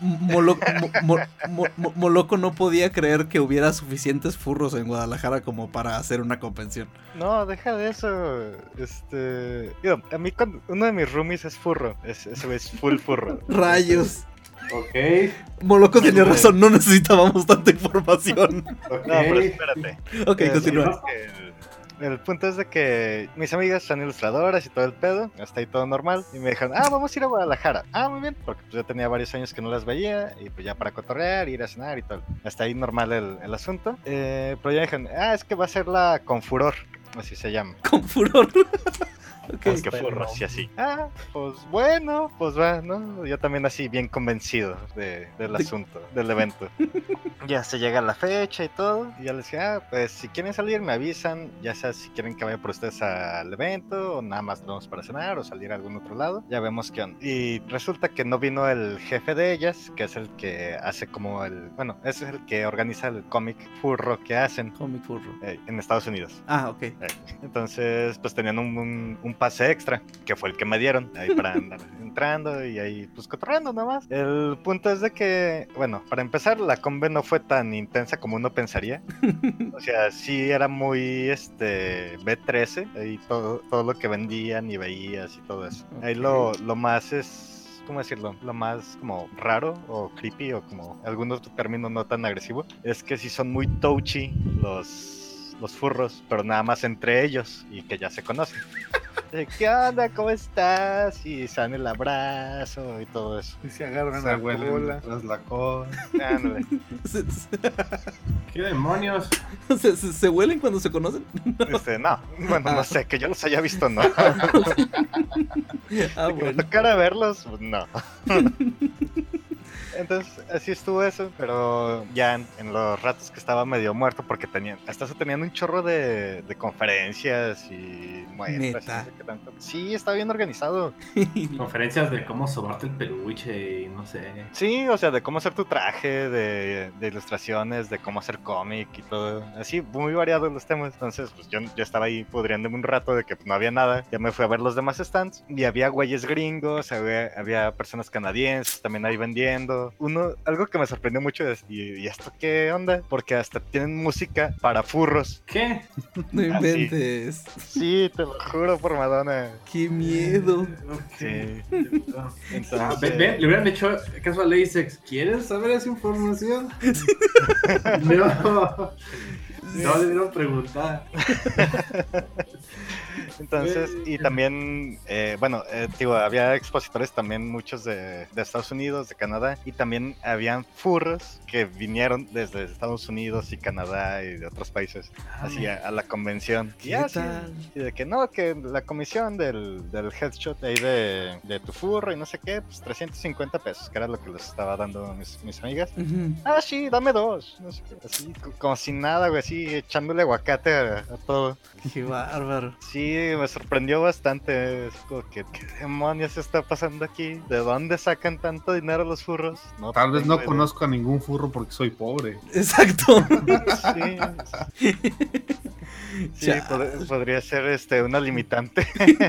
Moloco no podía creer que hubiera suficientes furros en Guadalajara como para hacer una convención. No, deja de eso. Digo, a mí uno de mis roomies es furro. Ese es full furro. Rayos. Ok. Moloco tenía razón, no necesitábamos tanta información. Ok. No, pero espérate. Ok, continúa. Es que el punto es de que mis amigas son ilustradoras y todo el pedo, hasta ahí todo normal, y me dijeron, vamos a ir a Guadalajara. Muy bien, porque pues, yo tenía varios años que no las veía, y pues ya para cotorrear, ir a cenar y todo. Hasta ahí normal el asunto. Pero ya dijeron, es que va a ser la Confuror, así se llama. Con furor. Ok. Es que furro, así así. Pues bueno, pues va, ¿no? Yo también así bien convencido del asunto, del evento. Ya se llega la fecha y todo, y ya les dije, pues si quieren salir me avisan, ya sea si quieren que vaya por ustedes al evento, o nada más vamos para cenar, o salir a algún otro lado, ya vemos qué onda. Y resulta que no vino el jefe de ellas, que es el que hace como ese es el que organiza el cómic furro que hacen Comic furro. en Estados Unidos. Ok. Entonces, pues tenían un pase extra, que fue el que me dieron, ahí para andar entrando y ahí, pues cotorreando nada más. El punto es de que, bueno, para empezar, la conve no fue tan intensa como uno pensaría. O sea, sí era muy, B13, ahí todo lo que vendían y veías y todo eso. Ahí lo más es... ¿cómo decirlo? Lo más como raro o creepy o como algún otro término no tan agresivo, es que sí son muy touchy los furros, pero nada más entre ellos y que ya se conocen. ¿Qué onda? ¿Cómo estás? Y se dan el abrazo y todo eso. Y se agarran Se la huelen cola. tras la cola. Ándale. ¿Qué demonios? ¿Se huelen cuando se conocen? No, bueno, no sé, que yo los haya visto, no. Ah, Que me bueno. tocara verlos, pues, no. Entonces, así estuvo eso, pero ya en los ratos que estaba medio muerto, porque hasta eso tenían un chorro de conferencias y muestras. ¿Neta? Y no sé qué tanto. Sí, estaba bien organizado. Conferencias de cómo sobarte el peluche y no sé. Sí, o sea, de cómo hacer tu traje, de ilustraciones, de cómo hacer cómic y todo. Así, muy variados los temas. Entonces, pues yo estaba ahí pudriéndome un rato de que no había nada. Ya me fui a ver los demás stands y había güeyes gringos, había personas canadienses también ahí vendiendo. Algo que me sorprendió mucho es, ¿y esto qué onda? Porque hasta tienen música para furros. ¿Qué? No inventes. Sí, te lo juro por Madonna. Qué miedo. Sí. Ah, Entonces, le hubieran dicho caso a Lacex. ¿Quieres saber esa información? No. No le dieron preguntar. Entonces, y también, digo, había expositores también muchos de Estados Unidos, de Canadá, y también habían furros que vinieron desde Estados Unidos y Canadá y de otros países, así a la convención. ¿Qué Y así, tal? y de que no, que la comisión del headshot ahí de tu furro y no sé qué, pues 350 pesos, que era lo que les estaba dando mis amigas. Ujú. Ah, sí, dame 2, no sé qué, así, como si nada, güey, así echándole aguacate a todo. Qué bárbaro. Sí, me sorprendió bastante. Es como que, ¿qué demonios está pasando aquí? ¿De dónde sacan tanto dinero los furros? No Tal vez tengo no idea. conozco a ningún furro porque soy pobre. Exacto. Sí, sí Chale. podría ser una limitante.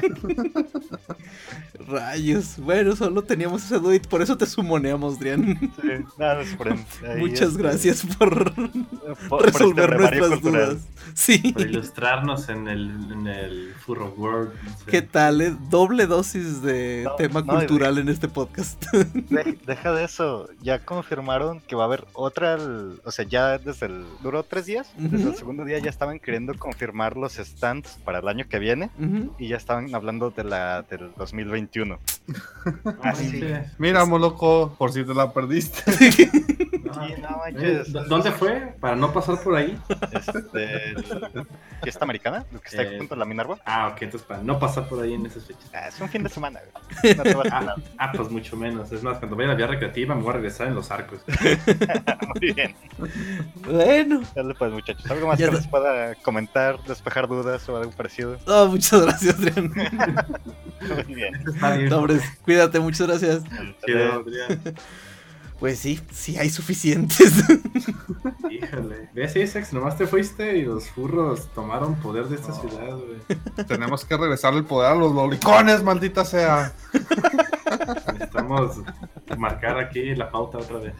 Rayos. Bueno, solo teníamos ese dude, por eso te sumoneamos, Drian. Sí, nada, Muchas gracias por por resolver brevario nuestras cultural. dudas. Sí. Para ilustrarnos en el Furro World. No sé. ¿Qué tal? Doble dosis de No, tema no, cultural en este podcast. Deja de eso, ya confirmaron que va a haber otra, o sea, ya duró 3 días, desde Ujú. el segundo día ya estaban queriendo confirmar los stands para el año que viene. Ujú. Y ya estaban hablando del 2021. Ah, sí. sí. Mira, loco, por si te la perdiste. No. Sí, no manches. ¿Dónde fue? Para no pasar por ahí. ¿Fiesta americana? Lo que está Eh, junto a la Minerva. Ah, ok, entonces para no pasar por ahí en esas fechas. Es un fin de semana, güey. No te vas a Ah, nada. pues mucho menos. Es más, cuando vaya a la vía recreativa me voy a regresar en los arcos. Muy bien. Bueno. Dale pues, muchachos. ¿Algo más Ya que está. les pueda comentar, despejar dudas o algo parecido? Oh, muchas gracias, Adrián. Muy bien. Está bien. Nombres, cuídate, muchas gracias. Chido, Adrián. Pues sí hay suficientes. Híjole. ¿Ves, Isaac? Nomás te fuiste y los furros tomaron poder de esta ciudad, güey. Tenemos que regresar el poder a los lolicones, maldita sea. Necesitamos marcar aquí la pauta otra vez.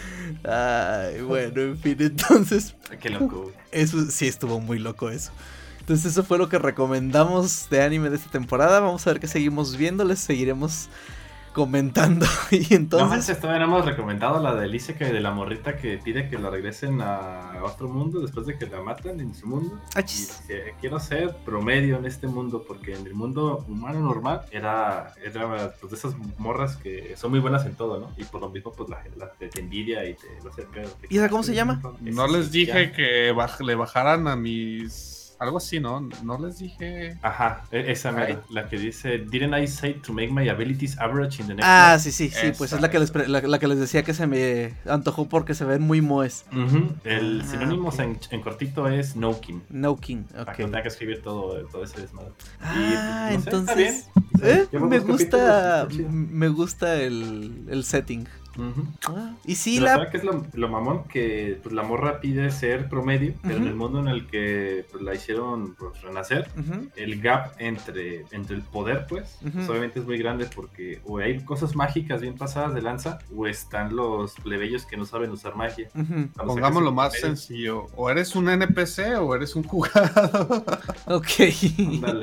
Ay, bueno, en fin, entonces, Qué loco, güey. eso sí estuvo muy loco eso. Entonces eso fue lo que recomendamos de anime de esta temporada. Vamos a ver qué seguimos viendo, les seguiremos comentando. Y No entonces, manches, todavía no hemos recomendado la del Isekai de la morrita que pide que la regresen a otro mundo después de que la matan en su mundo. Y achis. dice, quiero ser promedio en este mundo porque en el mundo humano normal era pues de esas morras que son muy buenas en todo, ¿no? Y por lo mismo pues te envidia y te lo acerca. ¿Y esa cómo se llama? No les dije que le bajaran a mis... Algo así, ¿no? No les dije... Ajá, esa mera, la que dice Didn't I say to make my abilities average in the next Ah, life?" sí, pues Esa, es la que les decía que se me antojó porque se ven muy moes. Ujú. El Ah, sinónimo ok. en cortito es Nokin. No King, Para que ok. no tenga que escribir todo ese desmadre. Ah, Y, pues, no sé, está bien. entonces, O sea, llevo me 2 gusta, capítulos, está chido. me gusta el setting. Ujú. Ah, y sí, Pero la... ¿sabes qué es lo mamón? Que pues, la morra pide ser promedio, pero en Ujú. el mundo en el que pues, la hicieron pues, renacer, Ujú, el gap entre el poder, pues Ujú. obviamente es muy grande porque o hay cosas mágicas bien pasadas de lanza, o están los plebeyos que no saben usar magia. ujú. Cuando Pongámoslo sacas más el promedio, sencillo. O eres un NPC o eres un jugador. Ok. ándale.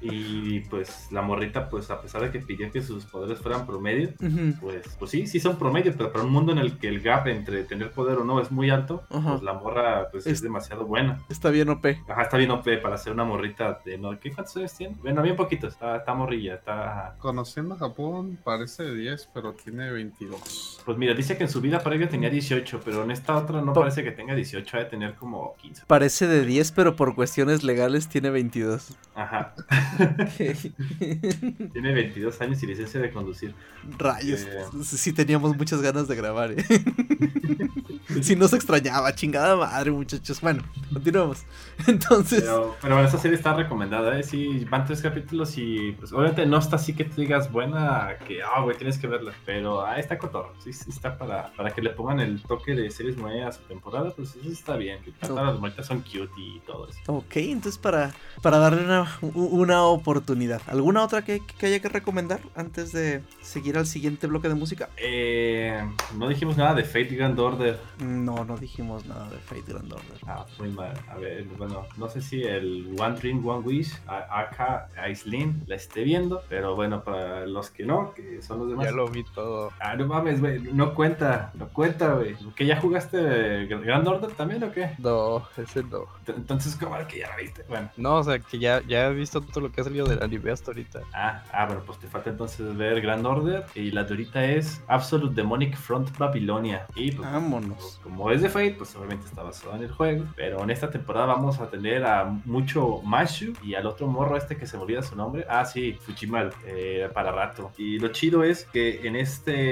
Y pues la morrita, pues a pesar de que pidió que sus poderes fueran promedio, Ujú. pues sí son promedio. intermedio, pero para un mundo en el que el gap entre tener poder o no es muy alto, Ajá. pues la morra pues, es demasiado buena. Está bien OP. Ajá, está bien OP para ser una morrita de no, ¿qué cuántos años tiene? Bueno, bien poquito, está morrilla, está. Conociendo a Japón parece de 10, pero tiene 22. Pues mira, dice que en su vida previa tenía 18, pero en esta otra no parece que tenga 18, ha de tener como 15. Parece de 10, pero por cuestiones legales tiene 22. Ajá. Tiene 22 años y licencia de conducir. Rayos. Sí teníamos muchas ganas de grabar, ¿eh? Sí nos extrañaba, chingada madre, muchachos. Bueno, continuamos. Entonces... Pero bueno, esta serie está recomendada, ¿eh? Sí, van 3 capítulos y pues obviamente no está así que tú digas buena, que güey, tienes que verla. Pero está cotorro, sí está para que le pongan el toque de series nuevas a su temporada, pues eso está bien. Que todas las muertas son cute y todo eso. Ok, entonces para darle una oportunidad. ¿Alguna otra que haya que recomendar antes de seguir al siguiente bloque de música? No dijimos nada de Fate Grand Order. No dijimos nada de Fate Grand Order. Muy mal. A ver, bueno, no sé si el One Dream, One Wish, acá Aislinn la esté viendo, pero bueno, para los que no, que son los demás. Ya lo vi todo. No mames, güey, no cuenta, güey. ¿Que ya jugaste Grand Order también o qué? No, ese no. Entonces, ¿cómo es que ya la viste? Bueno. No, o sea, que ya he visto todo lo que ha salido del anime hasta ahorita. Bueno, pues te falta entonces ver Grand Order, y la de ahorita es Absolute Demonic Front Babylonia. Y pues, vámonos. Como es de Fate, pues obviamente está basado en el juego, pero en esta temporada vamos a tener a mucho Mashu y al otro morro que se me olvida su nombre. Sí, Fujimal, para rato. Y lo chido es que en en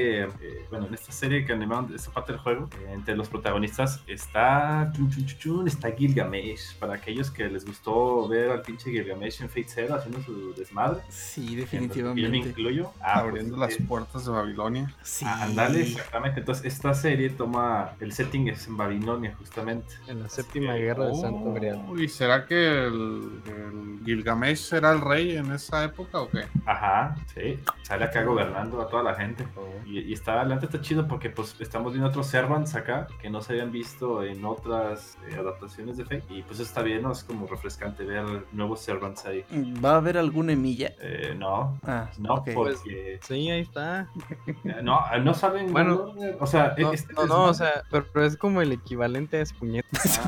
esta serie que animaron esta parte del juego, entre los protagonistas está Gilgamesh, para aquellos que les gustó ver al pinche Gilgamesh en Fate Zero haciendo su desmadre. Sí, definitivamente. Yo me incluyo. Abriendo las puertas de Babilonia. Sí. Andale, exactamente. Entonces esta serie toma el setting es en Babilonia justamente. En la séptima guerra del Santo Grial. ¿Y será que el Gilgamesh era el rey en esa época o qué? Ajá, sí. Sale acá gobernando a toda la gente. Y está chido porque pues estamos viendo otros servants acá que no se habían visto en otras adaptaciones de Fate. Y pues está bien, ¿no? Es como refrescante ver nuevos servants ahí. ¿Va a haber alguna emilla? No. No, okay. porque... Sí, ahí está. No saben. Bueno, o sea, o sea, pero es como el equivalente a Espuñetas.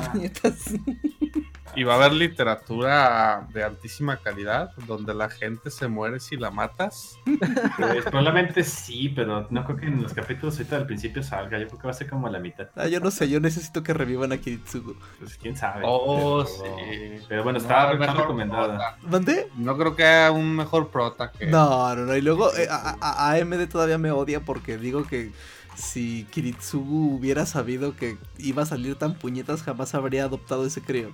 Y va a haber literatura de altísima calidad, donde la gente se muere si la matas. Pues probablemente sí, pero no creo que en los capítulos ahorita al principio salga. Yo creo que va a ser como la mitad. Yo no sé, yo necesito que revivan a Kiritsugu. Pues quién sabe. Sí. Pero bueno, está recomendada. ¿Mandé? No creo que haya un mejor prota que... No. Y luego a AMD todavía me odia porque digo que si Kiritsugu hubiera sabido que iba a salir tan puñetas, jamás habría adoptado ese crío.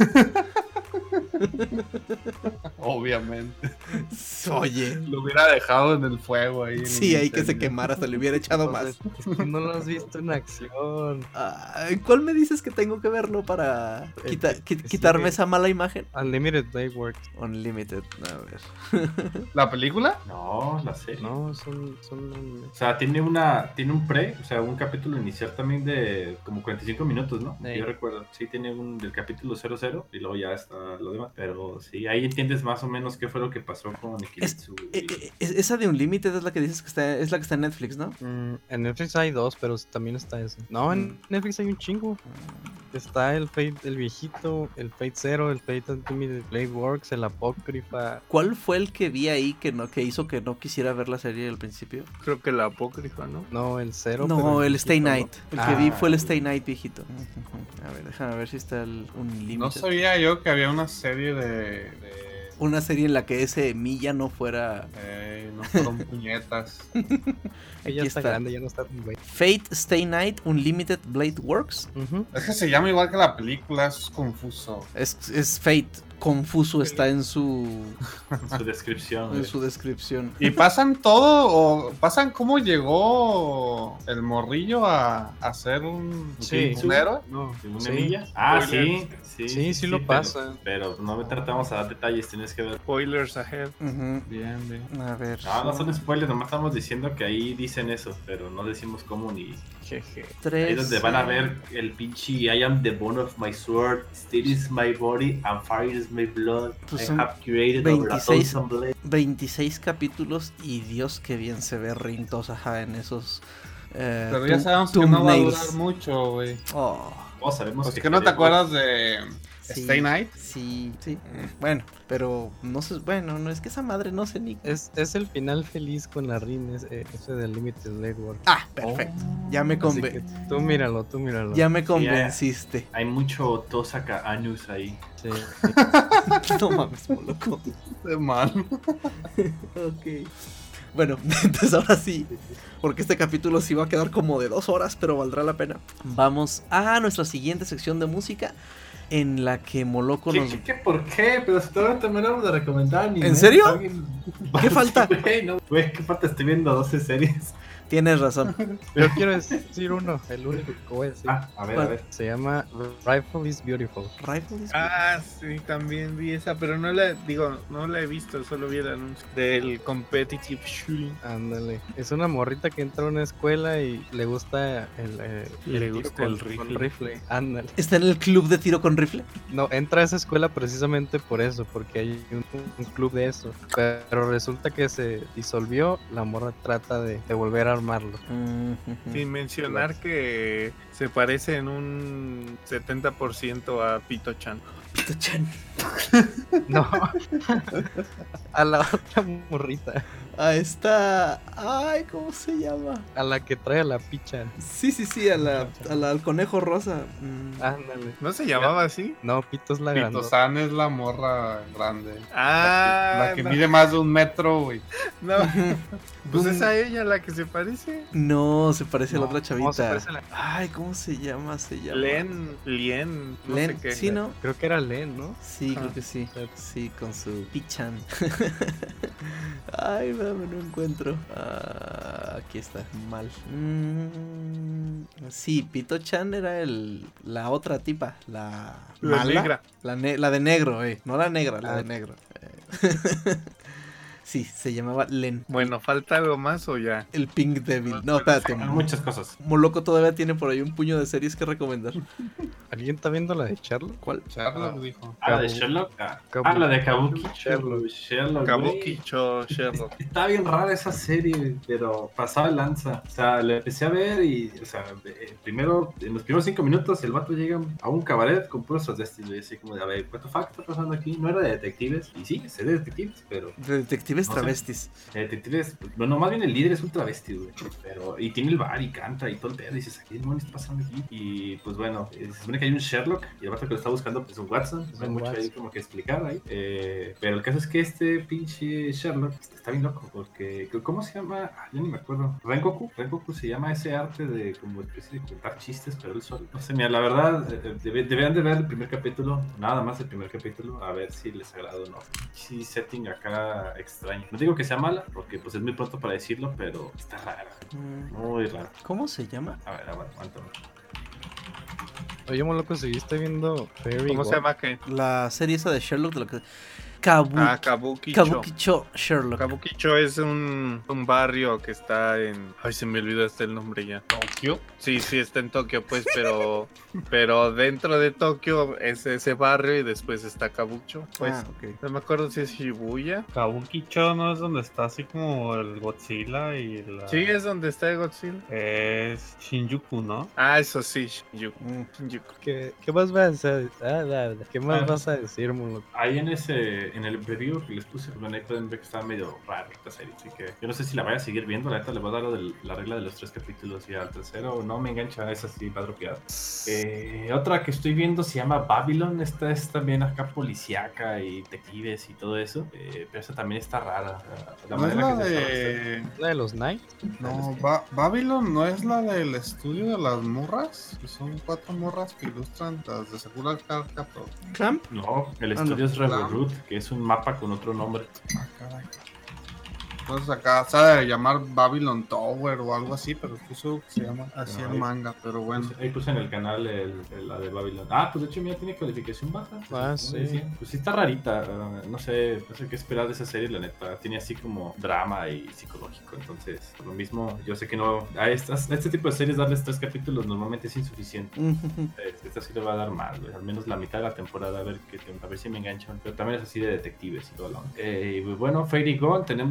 Obviamente. Oye. Lo hubiera dejado en el fuego ahí. Sí, ahí que se quemara, se le hubiera echado más. No lo has visto en acción. ¿Cuál me dices que tengo que verlo para quitarme esa mala imagen? Unlimited Blade Works. Unlimited, a ver. ¿La película? No, la serie. No, son O sea, tiene un pre, o sea, un capítulo inicial también de como 45 minutos, ¿no? Sí. Yo recuerdo. Sí, tiene del capítulo 00 y luego ya está lo demás. Pero sí, ahí entiendes más o menos qué fue lo que pasó con Kiritsugu. Esa de Unlimited es la que dices que es la que está en Netflix, ¿no? En Netflix hay dos, pero también está ese. No, en Netflix hay un chingo. Está el Fate, el viejito, el Fate Zero, el Fate Ultimate Blade Works, el Apócrifa. ¿Cuál fue el que vi ahí que hizo que no quisiera ver la serie al principio? Creo que el Apócrifa, ¿no? No, el Zero. No, el Stay viejito, Night. El que vi fue el Stay Night viejito. A ver, déjame ver si está el Unlimited. No sabía yo que había una serie una serie en la que ese Milla no fuera... no fueron puñetas. Ella está grande, ya no está tan güey. Fate Stay Night Unlimited Blade Works. Es que se llama igual que la película, eso es confuso. Es Fate. Confuso está en su descripción. En su descripción. ¿Y pasan todo o pasan cómo llegó el morrillo a ser un héroe? No, ¿una sí. milla? Sí lo pasa. Pero no me tratamos a dar detalles, tienes que ver. Spoilers ahead. Bien. A ver. No son spoilers, nomás estamos diciendo que ahí dicen eso, pero no decimos cómo ni... Ahí donde van a ver el pinche I am the bone of my sword, steel is my body, and fire is my blood. Pues I have created 26 capítulos y Dios que bien se ve Rin Tosaja en esos Pero ya sabemos que Tomb no va a Nails. durar mucho, güey. Oh, Todos sabemos Pues que no te acuerdas de sí, Stay Night. Sí, sí. Bueno, pero no sé. Bueno, no es que esa madre no sé ni. Es el final feliz con la Rin, ese de Limited Blade Works. Ah, perfecto. Ya me Así que tú míralo. Ya me convenciste. Hay mucho Tosaka Anus ahí. Sí. No mames, loco. De mal. Ok. Bueno, entonces ahora sí, porque este capítulo sí va a quedar como de 2 horas, pero valdrá la pena. Vamos a nuestra siguiente sección de música, en la que Moloco nos... ¿Por qué? Pero si todavía terminamos de recomendar ni ¿En serio? Alguien- ¿Qué falta? Güey, no, güey, ¿qué falta? Estoy viendo 12 series. Tienes razón. Yo quiero decir uno, el único que voy a decir. A ver. Se llama Rifle is Beautiful. Rifle is- Sí, también vi esa, pero no la he visto, solo vi el anuncio del competitive shooting. Ándale. Es una morrita que entra a una escuela y le gusta Le tiro gusta el rifle. con rifle. Ándale. ¿Está en el club de tiro con rifle? No, entra a esa escuela precisamente por eso, porque hay un club de eso. Pero resulta que se disolvió, la morra trata de volver a armarlo. Sin mencionar que se parece en un 70% a Pito-chan. Pito-chan. No. A la otra morrita. A esta... Ay, ¿cómo se llama? A la que trae a la picha. Sí, al conejo rosa. Ándale. ¿No se llamaba así? No, Pito es la grande. Pito-san es la morra grande. Ah, La que no, mide más de 1 metro, güey. no. Pues es a ella la que se parece. No, se parece a la otra chavita. No, se parece a la- Ay, ¿cómo se llama? Lien, no Len, sé qué. sí, ¿no? Creo que era Len, ¿no? Sí, creo Ah. que sí. Sí, con su pichan. Ay, no encuentro. Aquí está, mal. Sí, Pito-chan era la otra tipa, la La mala. negra. La de negro, no la negra, la Ah. de negro. Sí, se llamaba Len. Bueno, ¿falta algo más o ya? El Pink Devil. No, espérate. Hay muchas cosas. Moloco todavía tiene por ahí un puño de series que recomendar. ¿Alguien está viendo la de Charlotte? ¿Cuál? Sherlock dijo. La de Sherlock. La de Kabuki. Sherlock. Sherlock. Kabuki Sherlock. Estaba bien rara esa serie, pero pasaba el lanza. O sea, le empecé a ver y, o sea, primero, en los primeros 5 minutos, el vato llega a un cabaret con puros transvestis. Y así como de, a ver, what the fuck, ¿qué está pasando aquí? No era de detectives. Y sí, es de detectives, pero De detectives No sé. travestis. detectives, bueno, más bien el líder es un travesti, güey. Pero, y tiene el bar y canta y todo el pedo. Y dices, ¿qué demonios está pasando aquí? Y pues bueno, se supone que hay un Sherlock y el vato que lo está buscando pues, es un Watson. No hay Un mucho ahí Watson. como que explicar ahí. Pero el caso es que este pinche Sherlock está bien loco porque, ¿cómo se llama? Ya ni me acuerdo. Rengoku se llama ese arte de como especie de contar chistes, pero él solo. No sé, mira, la verdad, deberían de ver el primer capítulo, nada más el primer capítulo, a ver si les agrada o no. Sí, setting acá extraño. No digo que sea mala, porque pues es muy pronto para decirlo, pero está rara, muy rara. ¿Cómo se llama? A ver, aguanta. Oye, Moloco, ¿seguiste viendo Fairy ¿Cómo se God? llama qué? La serie esa de Sherlock de lo que... Kabuki-cho. Kabukicho Sherlock. Kabuki-cho es un barrio que está en... Ay, se me olvidó hasta el nombre ya. ¿Tokio? Sí, está en Tokio, pues, pero dentro de Tokio es ese barrio y después está Kabukicho. Pues, Ok. no me acuerdo si es Shibuya. Kabuki-cho no es donde está así como el Godzilla y la... Sí, es donde está el Godzilla. Es Shinjuku, ¿no? Ah, eso sí, Shinjuku. Mm. Shinjuku. ¿Qué más vas a decir? ¿Qué más vas a decir, Moloco? Ahí en el preview que les puse, bueno, ahí pueden ver que está medio raro esta serie, así que yo no sé si la vaya a seguir viendo, la neta le voy a dar la regla de los 3 capítulos y al tercero no me engancha, esa sí va a dropear. Otra que estoy viendo se llama Babylon, esta es también acá policíaca y detectives y todo eso, pero esa también está rara. La ¿No es manera la que se de...? ¿La de los Knights? No, Babylon no es la del estudio de las morras. Que son 4 morras que ilustran las de Sakura Card Captor. ¿Clamp? No, el Ah, estudio no. es Revolroot, que es un mapa con otro nombre. Ah, caray. Entonces acá se ha de llamar Babylon Tower o algo así, pero puso que se llama así el manga, pero bueno. Ahí puse en el canal la de Babylon. Ah, pues de hecho mira, tiene calificación baja. Ah, Pues, sí. Pues sí está rarita. No sé qué esperar de esa serie, la neta. Tiene así como drama y psicológico. Entonces, por lo mismo, yo sé que no. A este tipo de series darles 3 capítulos normalmente es insuficiente. Esta sí le va a dar más, güey. Al menos la mitad de la temporada, a ver si me enganchan. Pero también es así de detectives y todo lo. Y bueno, Fairy Gone, tenemos la segunda temporada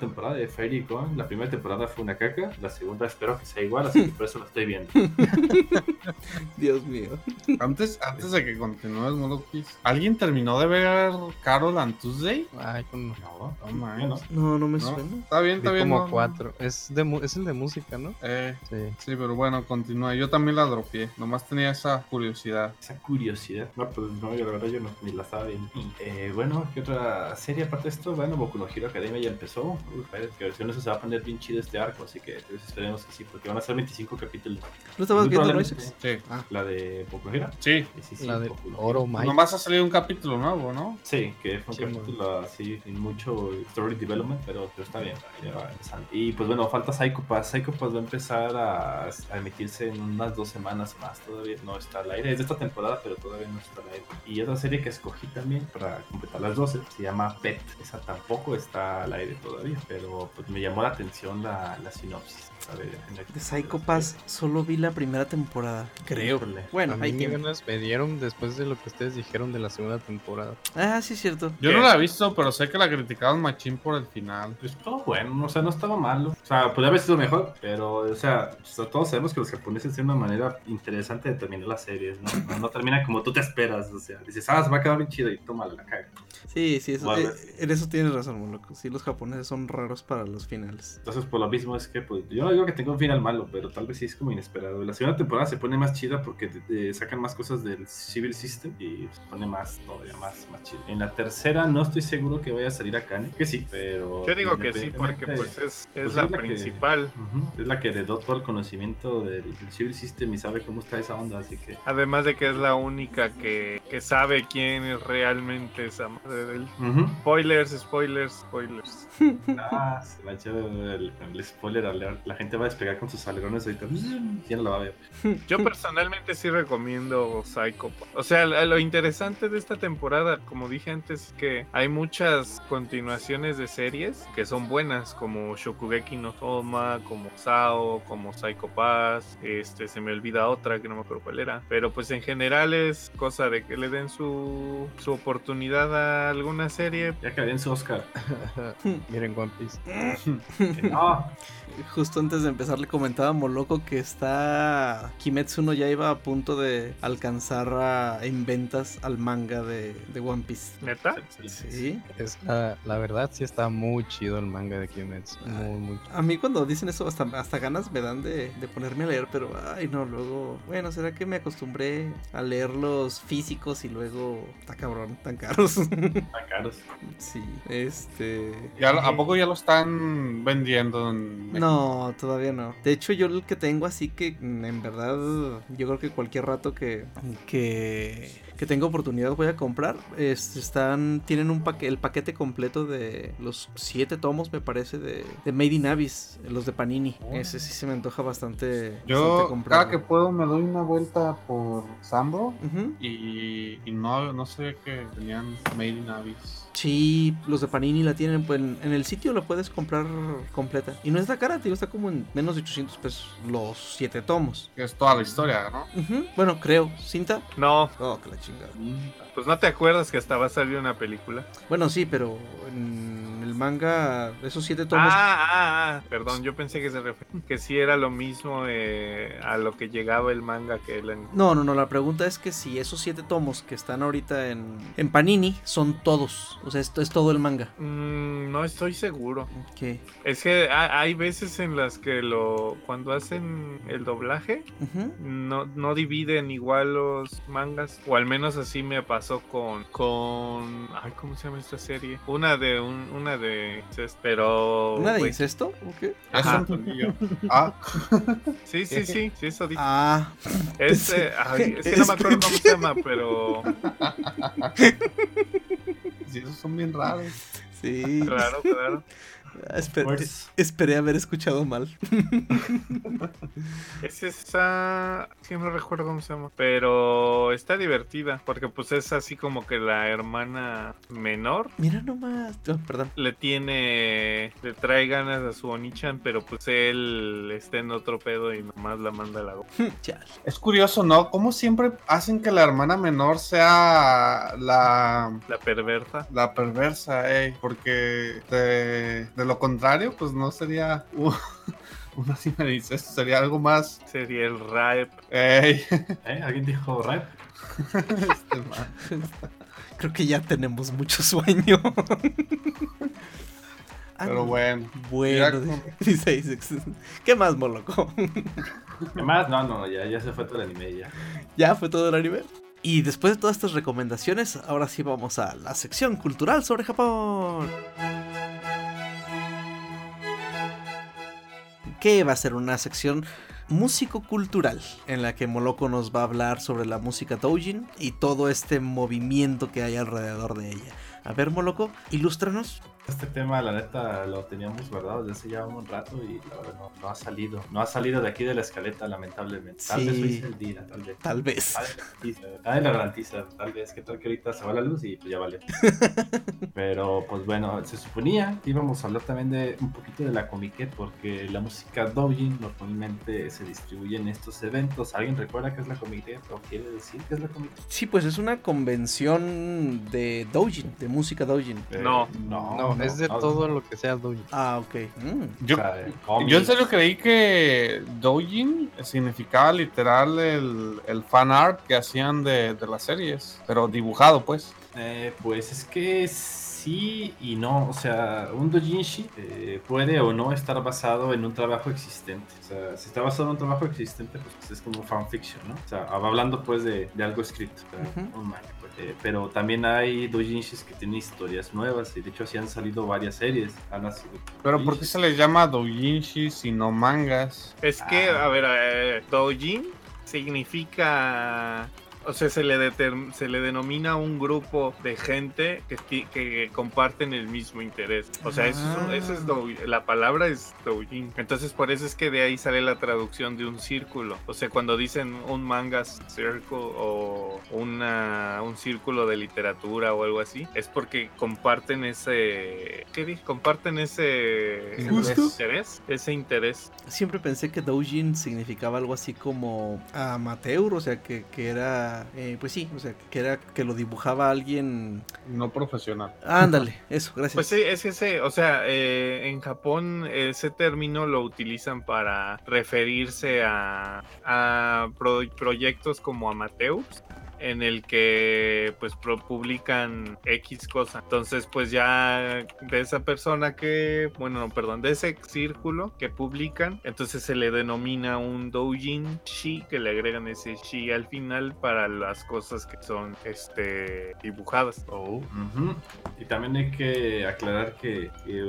temporada de Fairy Gone. La primera temporada fue una caca, la segunda espero que sea igual, así que por eso la estoy viendo. Dios mío. Antes de que continúes, Molokis, ¿alguien terminó de ver Carol and Tuesday? Ay, con... No, No, man. yo no. No me ¿No? suena. Está bien, Vi está bien. como no. 4. Es el de música, ¿no? Sí. Sí, pero bueno, continúa. Yo también la dropeé. Nomás tenía esa curiosidad. Esa curiosidad. No, pues no, yo la verdad yo no, ni la estaba viendo. Bueno, ¿qué otra serie aparte de esto? Bueno, Boku no Hero Academia ya empezó. Uf, que versión eso se va a poner bien chido este arco, así que pues, esperemos que sí, porque van a ser 25 capítulos. ¿Lo estabas Muy viendo, probablemente, Noises? Sí. La de Boku no Hero. Sí. Sí, La de Boku no Oro Hero. Mike. Nomás ha salido un capítulo nuevo, ¿no? Sí, que fue un Sí, capítulo así, sin mucho story development, pero está bien, ya va empezando. Y pues bueno, falta Psycho Pass. Psycho Pass va a empezar a emitirse en unas 2 semanas más, todavía no está al aire. Es de esta temporada, pero todavía no está al aire. Y otra serie que escogí también para completar las 12 se llama Pet. Esa tampoco está al aire todavía, pero pues me llamó la atención la sinopsis. A ver, De Psycho Pass solo vi la primera temporada, creo. Híjole. Bueno, A mí hay ni tiempo. ganas me dieron después de lo que ustedes dijeron de la segunda temporada. Ah, sí, es cierto. Yo ¿Qué? no la he visto, pero sé que la criticaban machín por el final. Pues todo bueno, o sea, no estaba malo. O sea, podría haber sido mejor, pero, o sea, todos sabemos que los japoneses tienen una manera interesante de terminar las series, ¿no? No terminan como tú te esperas, o sea, dices, se va a quedar bien chido y tómala, la caga. Sí, eso, Bueno. en eso tienes razón, Moloco. Sí, los japoneses son raros para los finales. Entonces, por lo mismo es que, pues, yo no digo que tenga un final malo, pero tal vez sí es como inesperado. La segunda temporada se pone más chida porque sacan más cosas del Civil System y se pone todavía más chido. En la tercera no estoy seguro que vaya a salir Akane, que sí, pero... Yo digo que sí, porque pues es la principal. Es la que heredó todo el conocimiento del Civil System y sabe cómo está esa onda, así que... Además de que es la única que sabe quién es realmente esa madre del... Ujú. Spoilers. Ah, se va a echar el spoiler alert. La gente va a despegar con sus alerones ahorita. Ya no la va a ver. Yo personalmente sí recomiendo Psycho Pass. O sea, lo interesante de esta temporada, como dije antes, es que hay muchas continuaciones de series que son buenas, como Shokugeki no Soma, como Sao, como Psycho Pass. Se me olvida otra que no me acuerdo cuál era. Pero pues en general es cosa de que le den su oportunidad a alguna serie. Ya que le den su Oscar. Miren One Piece. No, Justo antes de empezar le comentaba a Moloco que Kimetsu no Yaiba a punto de alcanzar en ventas al manga de One Piece. ¿Neta? Sí. La verdad sí está muy chido el manga de Kimetsu. Muy chido. A mí cuando dicen eso hasta ganas me dan de ponerme a leer, pero ay no, luego, bueno, ¿será que me acostumbré a leer los físicos y luego está cabrón, tan caros? Están caros. Sí, ¿A poco ya lo están vendiendo en México? No, todavía no. De hecho, yo el que tengo así que en verdad, yo creo que cualquier rato que tenga oportunidad voy a comprar. Tienen el paquete completo de los 7 tomos, me parece, de Made in Abyss, los de Panini. Ese sí se me antoja bastante. Yo comprarlo. cada que puedo me doy una vuelta por Sambro Ujú. y no sé que tenían Made in Abyss. Sí, los de Panini la tienen, pues en el sitio la puedes comprar completa. Y no está cara, tío, está como en menos de 800 pesos los 7 tomos. Que es toda la historia, ¿no? Ujú. Bueno, creo. ¿Cinta? No, Oh, que la chingada. pues no te acuerdas que hasta va a salir una película. Bueno, sí, pero en el manga, esos 7 tomos. Perdón, yo pensé que sí era lo mismo a lo que llegaba el manga que el anime. No, la pregunta es que si esos 7 tomos que están ahorita en Panini son todos. O sea, esto es todo el manga. No estoy seguro. ¿Qué? Es que hay veces en las que cuando hacen el doblaje Ujú. no dividen igual los mangas, o al menos así me pasó con ay, ¿cómo se llama esta serie? Una de pero ¿Una de güey, incesto? ¿O qué? Ajá. Eso entendí yo. Ah, Sí, eso dije. Ah, Es que no me acuerdo cómo se llama, pero sí, esos son bien raros. sí. claro. Esperé haber escuchado mal. Es esa, sí no recuerdo cómo se llama, pero está divertida porque pues es así como que la hermana menor Mira nomás. Oh, perdón. le trae ganas a su Onichan, pero pues él está en otro pedo y nomás la manda a la go. Chale. Es curioso, ¿no? Cómo siempre hacen que la hermana la La perversa. perversa, porque de de lo contrario, pues no sería una cima de incesto, sería algo más. Sería el rap. Ey. ¿Alguien dijo rap? Creo que ya tenemos mucho sueño. Pero bueno. Bueno, dice Isaac. ¿Qué más, Moloco? ¿Qué más? No, ya se fue todo el anime ya. ¿Ya fue todo el anime? Y después de todas estas recomendaciones, ahora sí vamos a la sección cultural sobre Japón. Que va a ser una sección músico-cultural en la que Moloco nos va a hablar sobre la música doujin y todo este movimiento que hay alrededor de ella. A ver, Moloco, ilústranos. Este tema, la neta, lo teníamos guardado desde hace ya un rato y la verdad no ha salido. No ha salido de aquí de la escaleta, lamentablemente. Tal vez hoy sea el día, tal vez. Tal vez. Nadie lo garantiza, tal vez. Que tal que ahorita se va la luz y pues ya vale. Pero pues bueno, se suponía que íbamos a hablar también de un poquito de la comiquet, porque la música doujin normalmente se distribuye en estos eventos. ¿Alguien recuerda qué es la comiquet o quiere decir qué es la comiquet? Sí, pues es una convención de doujin, de música doujin. No, es de todo lo que sea doujin. Ah, ok. Yo en serio creí que doujin significaba literal el fan art que hacían de las series, pero dibujado, pues. Pues es que sí y no, o sea, un doujinshi puede o no estar basado en un trabajo existente. O sea, si está basado en un trabajo existente, pues es como fanfiction, ¿no? O sea, hablando pues de algo escrito, o sea, un manga, pues. Pero también hay doujinshis que tienen historias nuevas y de hecho así han salido varias series. Pero ¿por qué se les llama doujinshis y no mangas? Es que, a ver, doujin significa... O sea, se le denomina un grupo de gente que comparten el mismo interés. O sea, eso es la palabra es doujin. Entonces, por eso es que de ahí sale la traducción de un círculo. O sea, cuando dicen un manga circle o un círculo de literatura o algo así, es porque comparten ese... ¿Qué dije? Comparten ese interés. Ese interés. Siempre pensé que doujin significaba algo así como amateur, o sea, que era... pues sí, o sea, que lo dibujaba alguien... No profesional. Ándale, eso, gracias. Pues sí, es ese, o sea, en Japón ese término lo utilizan para referirse a proyectos como amateurs, en el que pues publican X cosa. Entonces pues ya de esa persona que, de ese círculo que publican, entonces se le denomina un doujinshi, que le agregan ese shi al final para las cosas que son dibujadas. Y también hay que aclarar que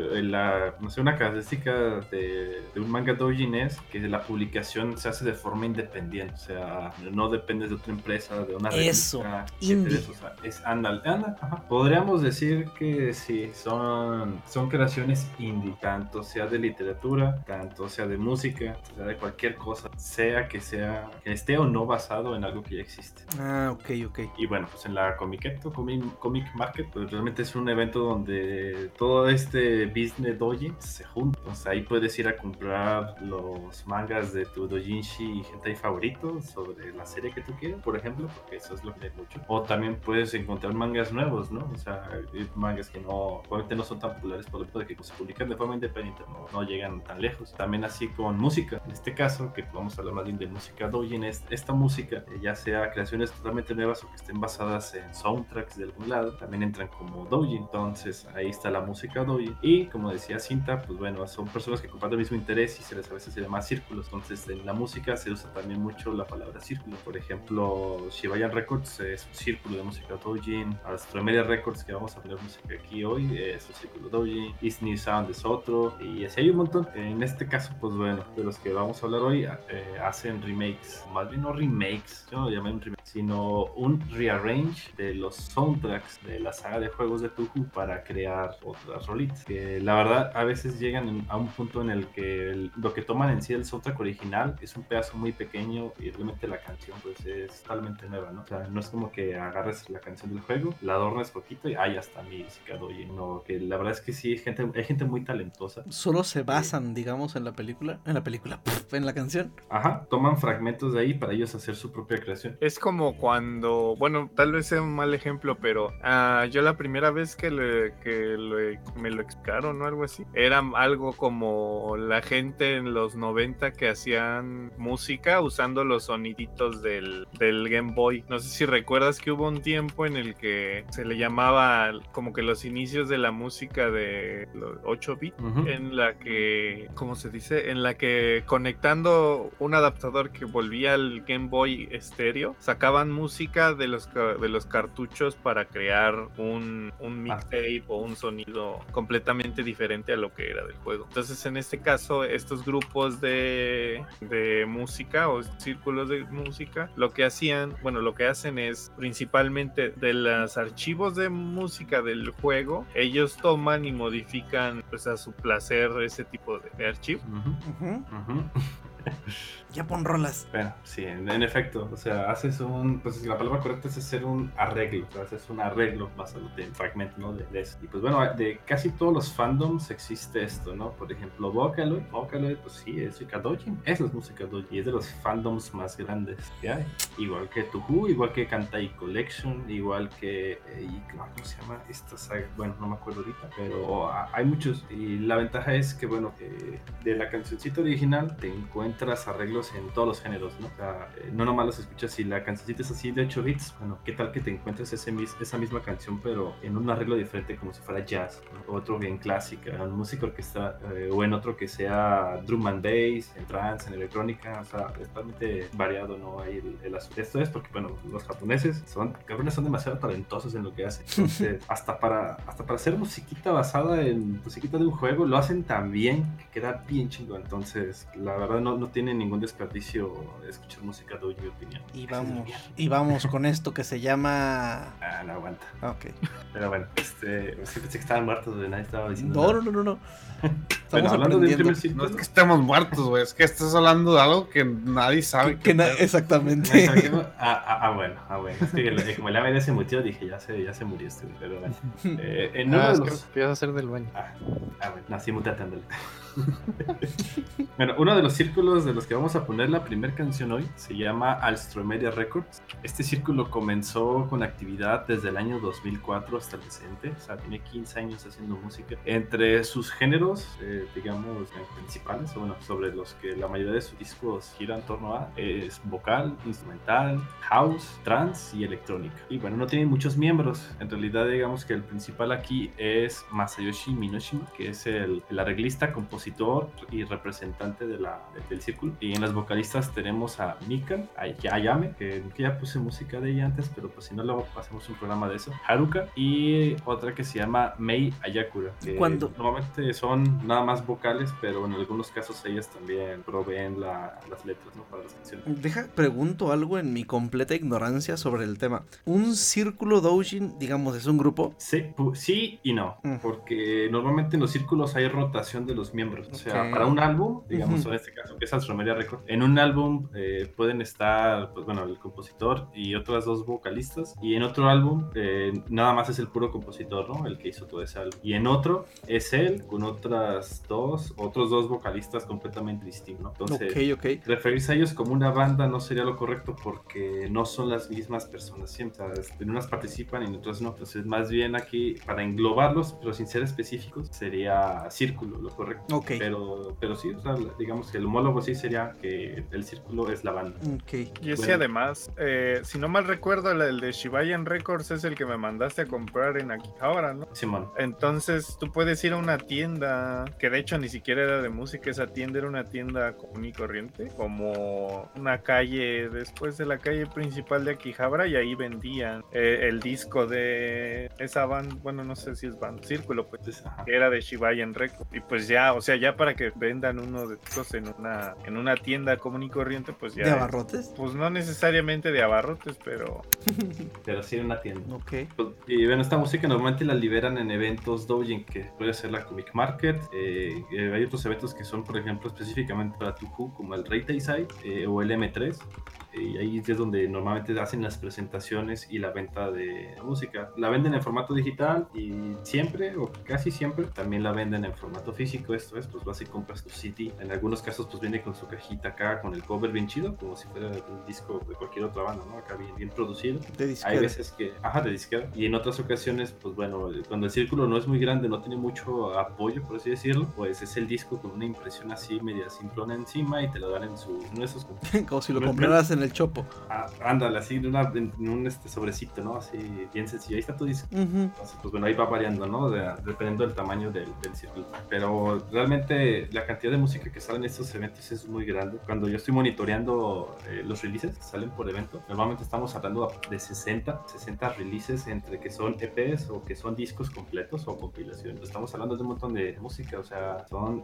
una característica de un manga doujin es que la publicación se hace de forma independiente, o sea, no depende de otra empresa, de una eso, indie. O sea, es podríamos decir que sí, son creaciones indie, tanto sea de literatura, tanto sea de música, sea de cualquier cosa, que esté o no basado en algo que ya existe. Ok. Y bueno, pues en la Comic Market, pues realmente es un evento donde todo este business doujin se junta. Entonces ahí puedes ir a comprar los mangas de tu doujinshi y hentai favorito sobre la serie que tú quieras, por ejemplo, porque eso es lo que hay mucho. O también puedes encontrar mangas nuevos, ¿no? O sea, mangas que obviamente no son tan populares por lo tanto de que se publican de forma independiente, no llegan tan lejos. También así con música. En este caso, que vamos a hablar más bien de música doujin, esta música, ya sea creaciones totalmente nuevas o que estén basadas en soundtracks de algún lado, también entran como doujin. Entonces ahí está la música doujin. Y como decía Cinta, pues bueno, son personas que comparten el mismo interés y a veces se llama círculos. Entonces en la música se usa también mucho la palabra círculo. Por ejemplo, Shibayan Records es un círculo de música doujin. Astromedia Records, que vamos a poner música aquí hoy, es un círculo doujin. Is New Sound es otro, y así hay un montón. En este caso, pues bueno, de los que vamos a hablar hoy hacen remakes, más bien no remakes, yo no lo llamé un remake, sino un rearrange de los soundtracks de la saga de juegos de Touhou para crear otras rolitas, que la verdad a veces llegan a un punto en el que lo que toman en sí el soundtrack original es un pedazo muy pequeño y realmente la canción pues es totalmente nueva, ¿no? O sea, no es como que agarres la canción del juego, la adornes poquito y ya está mi música doji. No, que la verdad es que sí, hay gente muy talentosa. Solo se basan, digamos, en la película, en la canción. Ajá, toman fragmentos de ahí para ellos hacer su propia creación. Es como cuando, bueno, tal vez sea un mal ejemplo, pero yo la primera vez que me lo explicaron o algo así, era algo como la gente en los 90 que hacían música usando los soniditos del Game Boy. No sé si recuerdas que hubo un tiempo en el que se le llamaba como que los inicios de la música de los 8 bits, en la que, ¿cómo se dice? En la que conectando un adaptador que volvía al Game Boy estéreo, sacaban música de los cartuchos para crear un mixtape o un sonido completamente diferente a lo que era del juego. Entonces, en este caso, estos grupos de música o círculos de música, lo que hacen es principalmente de los archivos de música del juego, ellos toman y modifican pues a su placer ese tipo de archivos. Ya pon rolas. Bueno, sí, en efecto, o sea, haces pues la palabra correcta es hacer un arreglo, o sea, haces un arreglo basado en fragmentos, ¿no? De eso. Y pues bueno, de casi todos los fandoms existe esto, ¿no? Por ejemplo, Vocaloid, pues sí, es música doji, eso es música doji, y es de los fandoms más grandes que hay. Igual que Touhou, igual que Kantai Collection, igual que, ¿cómo se llama esta saga? Bueno, no me acuerdo ahorita, pero hay muchos, y la ventaja es que, bueno, de la cancioncita original te encuentras arreglos en todos los géneros, ¿no? O sea, no nomás los escuchas si la cancioncita es así de 8 bits, bueno, ¿qué tal que te encuentres esa misma canción pero en un arreglo diferente como si fuera jazz, ¿no? Otro bien clásica, en música orquestal, o en otro que sea drum and bass, en trance, en electrónica, o sea, es totalmente variado, ¿no? Ahí el asunto. Esto es porque, bueno, los japoneses son demasiado talentosos en lo que hacen, entonces, hasta para hacer musiquita basada en musiquita de un juego, lo hacen tan bien que queda bien chingón, entonces, la verdad no tiene ningún desperdicio escuchar música de mi opinión. Y vamos con esto que se llama... no aguanta. Ok. Pero bueno, sí pensé que estaban muertos, nadie estaba diciendo No. Bueno, hablando de un primer círculo... No es que estemos muertos, güey, es que estás hablando de algo que nadie sabe. Exactamente. Bueno. Es que como el ABD se mutió, dije, ya se murió este, pero bueno. En uno de los... que a hacer del baño. Bueno, nací muteándole. Bueno, uno de los círculos de los que vamos a poner la primera canción hoy se llama Alstromedia Records. Este círculo comenzó con actividad desde el año 2004 hasta el presente, o sea, tiene 15 años haciendo música. Entre sus géneros, digamos, principales, o bueno, sobre los que la mayoría de sus discos gira en torno a, es vocal, instrumental, house, trance y electrónica. Y bueno, no tiene muchos miembros. En realidad, digamos que el principal aquí es Masayoshi Minoshima, que es el arreglista, compositor y representante del círculo. Y en las vocalistas tenemos a Mikan, a Ayame, que ya puse música de ella antes, pero pues si no, luego hacemos un programa de eso. Haruka y otra que se llama Mei Ayakura, que normalmente son nada más vocales, pero en algunos casos ellas también proveen las letras, ¿no? Para las canciones. Pregunto algo en mi completa ignorancia sobre el tema. ¿Un círculo doujin, digamos, es un grupo? Sí y no, porque normalmente en los círculos hay rotación de los miembros. O sea, para un álbum, digamos, en este caso, que es Alstromedia Records, en un álbum pueden estar, pues bueno, el compositor y otras dos vocalistas, y en otro álbum nada más es el puro compositor, ¿no? El que hizo todo ese álbum. Y en otro es él con otros dos vocalistas completamente distintos, ¿no? Entonces, referirse a ellos como una banda no sería lo correcto porque no son las mismas personas siempre. O sea, en unas participan y en otras no. Entonces, más bien aquí, para englobarlos, pero sin ser específicos, sería círculo lo correcto. Pero sí, o sea, digamos que el homólogo sí sería que el círculo es la banda. Y ese además, si no mal recuerdo, el de Shibayan Records es el que me mandaste a comprar en Akihabara, ¿no? Simón. Entonces tú puedes ir a una tienda, que de hecho ni siquiera era de música, esa tienda era una tienda común y corriente, como una calle después de la calle principal de Akihabara, y ahí vendían el disco de esa banda, bueno, no sé si es banda, Círculo, pues, que era de Shibayan Records. Y pues ya, o sea, ya para que vendan uno de estos en una tienda común y corriente, pues ya. ¿De abarrotes? Pues no necesariamente de abarrotes, pero sí en una tienda. Ok. Y bueno, esta música normalmente la liberan en eventos doujin, que puede ser la Comic Market. Hay otros eventos que son, por ejemplo, específicamente para Tuhu, como el Rei Taisai o el M3. Y ahí es donde normalmente hacen las presentaciones y la venta de música. La venden en formato digital y siempre, o casi siempre, también la venden en formato físico. Esto es, pues vas y compras tu CD. En algunos casos, pues viene con su cajita acá, con el cover bien chido, como si fuera un disco de cualquier otra banda, ¿no? Acá bien producido. De disquera. Hay veces que, de disquera. Y en otras ocasiones, pues bueno, cuando el círculo no es muy grande, no tiene mucho apoyo, por así decirlo, pues es el disco con una impresión así media simplona encima y te lo dan en uno de esos como si lo compraras en el Chopo. Ándale, así en un sobrecito, ¿no? Así bien sencillo. Ahí está tu disco. Entonces, pues bueno, ahí va variando, ¿no? Dependiendo del tamaño del círculo. Pero realmente la cantidad de música que sale en estos eventos es muy grande. Cuando yo estoy monitoreando los releases que salen por evento, normalmente estamos hablando de 60 releases entre que son EPs o que son discos completos o compilaciones. Estamos hablando de un montón de música, o sea, son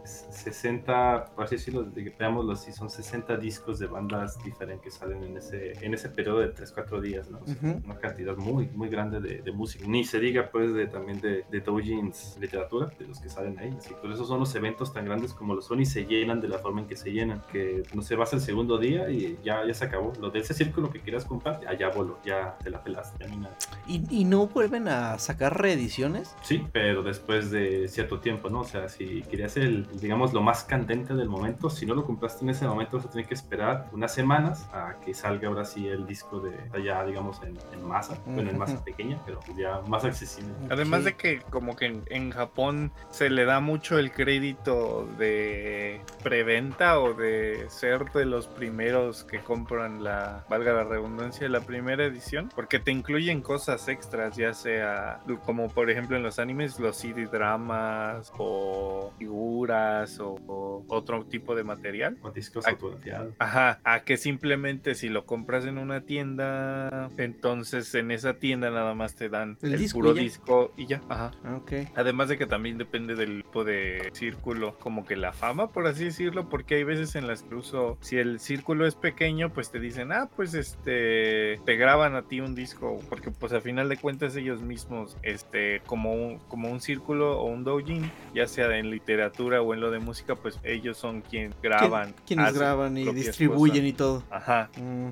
60, por así decirlo, veámoslo así, son 60 discos de bandas diferentes que salen en ese periodo de 3-4 días, ¿no? O sea, una cantidad muy, muy grande de música. Ni se diga, pues, también de doujins literatura, de los que salen ahí. Así, por eso son los eventos tan grandes como lo son y se llenan de la forma en que se llenan. Que no se vas el segundo día y ya se acabó. Lo de ese círculo que quieras comprar, ya voló, ya te la pelaste, ya ni nada. ¿Y no vuelven a sacar reediciones? Sí, pero después de cierto tiempo, ¿no? O sea, si querías digamos, lo más candente del momento, si no lo compraste en ese momento, vas a tener que esperar unas semanas a que salga ahora sí el disco de allá, digamos, en masa, bueno, en masa pequeña, pero ya más accesible. Además de que como que en Japón se le da mucho el crédito de preventa o de ser de los primeros que compran valga la redundancia, la primera edición, porque te incluyen cosas extras, ya sea como por ejemplo en los animes, los CD dramas o figuras o otro tipo de material. O discos autografiados. Ajá, a que simplemente si lo compras en una tienda, entonces en esa tienda nada más te dan el puro disco y ya. Ajá. Okay. Además de que también depende del tipo de círculo, como que la fama, por así decirlo, porque hay veces en las que incluso si el círculo es pequeño, pues te dicen, pues te graban a ti un disco, porque pues a final de cuentas ellos mismos, como un círculo o un doujin, ya sea en literatura o en lo de música, pues ellos son quienes graban. Quienes graban y distribuyen cosas. Y todo. Ajá.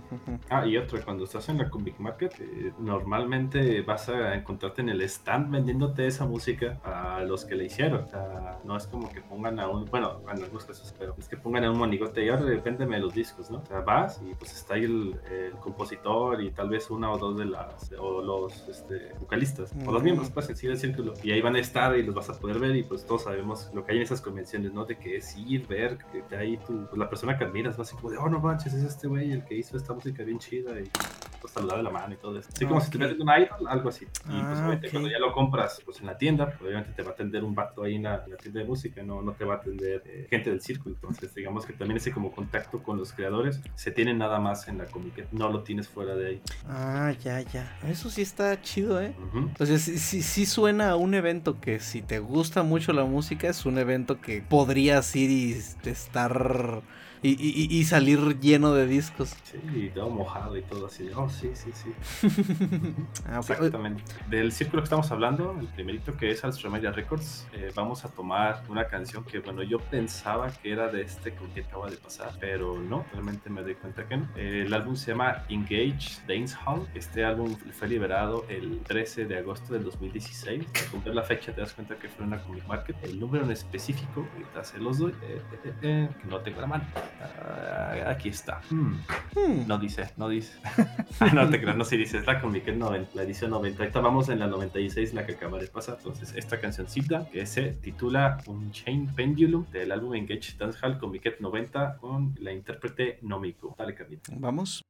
Y otra, cuando estás en la Comic Market, normalmente vas a encontrarte en el stand vendiéndote esa música a los que la hicieron. O sea, no es como que pongan bueno, en algunos casos, pero es que pongan a un monigote y ahora véndeme los discos, ¿no? O sea, vas y pues está ahí el compositor y tal vez una o dos de los vocalistas, o los miembros, pues, en sí del círculo. Y ahí van a estar y los vas a poder ver y pues todos sabemos lo que hay en esas convenciones, ¿no? De que es ir, ver, que ahí pues, la persona que admiras va así como de, no manches, es este güey el que hizo esta música bien chida y pues saludar de la mano y todo eso. Así como si te ves un idol, algo así. Y pues obviamente cuando ya lo compras pues en la tienda, obviamente te va a atender un vato ahí en la tienda de música, no te va a atender gente del círculo. Entonces digamos que también ese como contacto con los creadores se tiene nada más en la Comic, no lo tienes fuera de ahí. Ya. Eso sí está chido, O sea, sí suena a un evento que si te gusta mucho la música es un evento que podrías ir y estar y salir lleno de discos. Sí, todo mojado y todo así. Sí. Okay. Exactamente. Del círculo que estamos hablando, el primerito que es Alstromedia Records, vamos a tomar una canción que, bueno, yo pensaba que era de con que acaba de pasar, pero no, realmente me doy cuenta que no. El álbum se llama Engage Dancehall. Este álbum fue liberado el 13 de agosto del 2016. Al ver la fecha te das cuenta que fue una Comic Market. El número en específico, ahorita se los doy, que no tengo la mano. Aquí está. No dice. No te creas, no, sí dice. Es la Comic 90, la edición 90. Ahorita vamos en la 96, la que acaba de pasar. Entonces, esta cancioncita que se titula Unchained Pendulum del álbum Engage Dancehall Comic 90 con la intérprete Nomiko. Dale, Carlita. Vamos.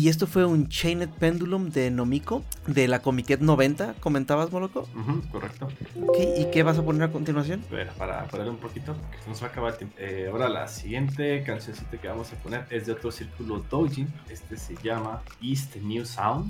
Y esto fue un Chained Pendulum de Nomiko, de la Comiket 90, ¿comentabas, Moloco? Correcto. Ok, ¿y qué vas a poner a continuación? Bueno, para parar un poquito, porque se nos va a acabar el tiempo. Ahora la siguiente cancioncita que vamos a poner es de otro círculo doujin. Este se llama East New Sound.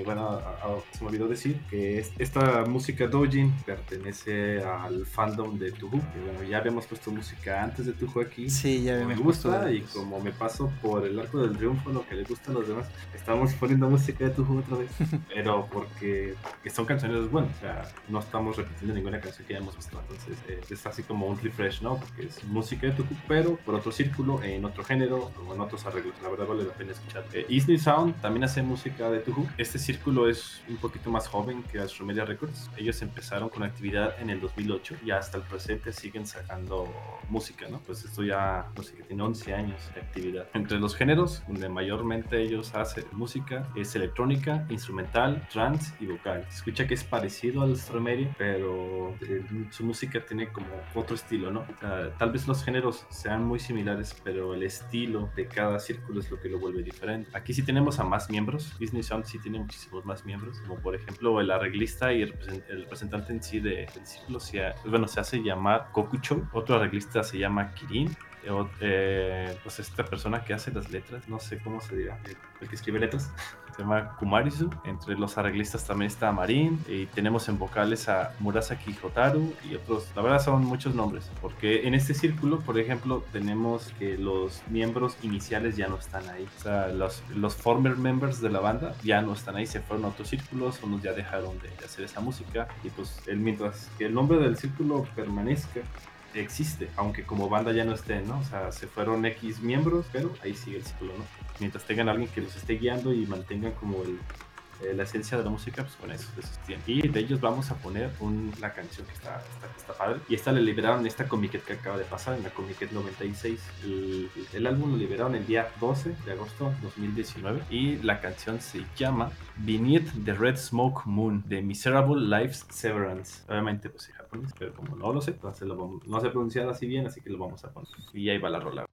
Se me olvidó decir que esta música doujin pertenece al fandom de Touhou. Bueno, ya habíamos puesto música antes de Touhou aquí. Sí, ya me habíamos gusta puesto. y como me paso por el arco del triunfo, lo que les gusta a los demás, estamos poniendo música de Touhou otra vez. Pero porque son canciones buenas, o sea, no estamos repitiendo ninguna canción que ya hemos visto. Entonces es así como un refresh, ¿no? Porque es música de Touhou, pero por otro círculo, en otro género o en otros arreglos. La verdad vale la pena escuchar. East New Sound también hace música de Touhou. Este círculo es un poquito más joven que Astromedia Records. Ellos empezaron con actividad en el 2008 y hasta el presente siguen sacando música, ¿no? Pues esto ya, no sé, que tiene 11 años de actividad. Entre los géneros donde mayormente ellos hacen música es electrónica, instrumental, trance y vocal. Se escucha que es parecido al Astromedia, pero su música tiene como otro estilo, ¿no? Tal vez los géneros sean muy similares, pero el estilo de cada círculo es lo que lo vuelve diferente. Aquí sí tenemos a más miembros. Disney Sound sí tiene muchísimos más miembros, como por ejemplo el arreglista y el representante en sí del círculo se hace llamar Kokucho. Otro arreglista se llama Kirin. Pues esta persona que hace las letras, no sé cómo se diga, el que escribe letras, se llama Kumarizu. Entre los arreglistas también está Marin, y tenemos en vocales a Murasaki Hotaru y otros. La verdad son muchos nombres, porque en este círculo, por ejemplo, tenemos que los miembros iniciales ya no están ahí. O sea, los former members de la banda ya no están ahí, se fueron a otros círculos, unos ya dejaron de hacer esa música, y pues mientras que el nombre del círculo permanezca, existe, aunque como banda ya no estén, ¿no? O sea, se fueron X miembros, pero ahí sigue el ciclo, ¿no? Mientras tengan a alguien que los esté guiando y mantengan como la esencia de la música, pues con eso tienen. Y de ellos vamos a poner la canción que está padre. Y esta la liberaron en esta Comiket que acaba de pasar, en la Comiket 96. El álbum lo liberaron el día 12 de agosto de 2019. Y la canción se llama Beneath the Red Smoke Moon, de Miserable Life's Severance. Obviamente, pues en japonés, pero como no lo sé, entonces no sé pronunciar así bien, así que lo vamos a poner. Y ahí va la rola.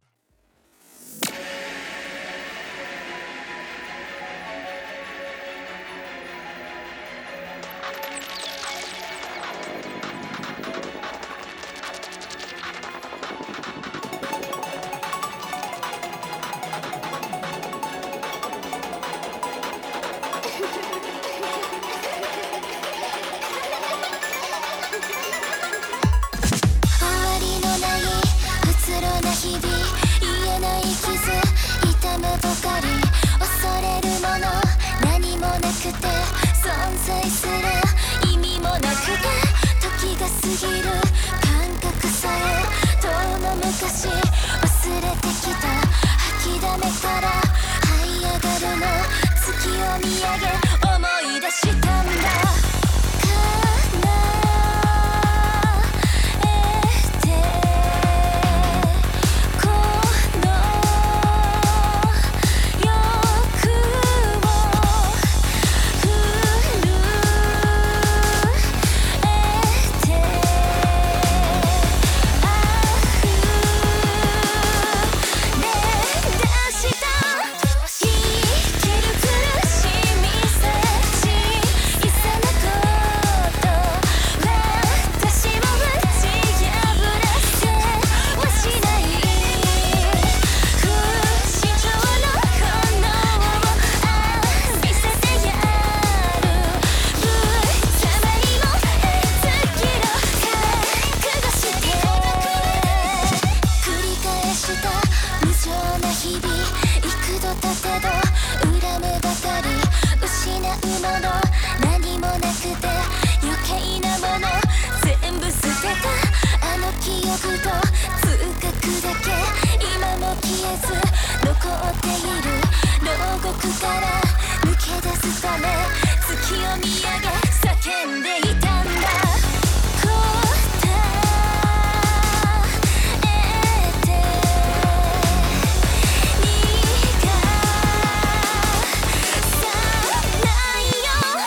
「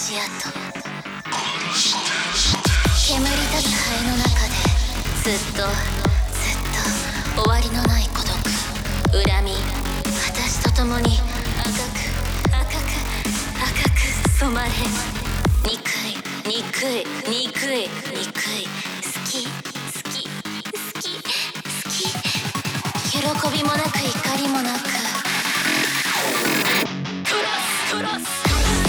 足跡煙立つ灰の中でずっと終わりのない孤独恨み私と共に赤く染まれ憎い好き喜びもなく怒りもなく殺す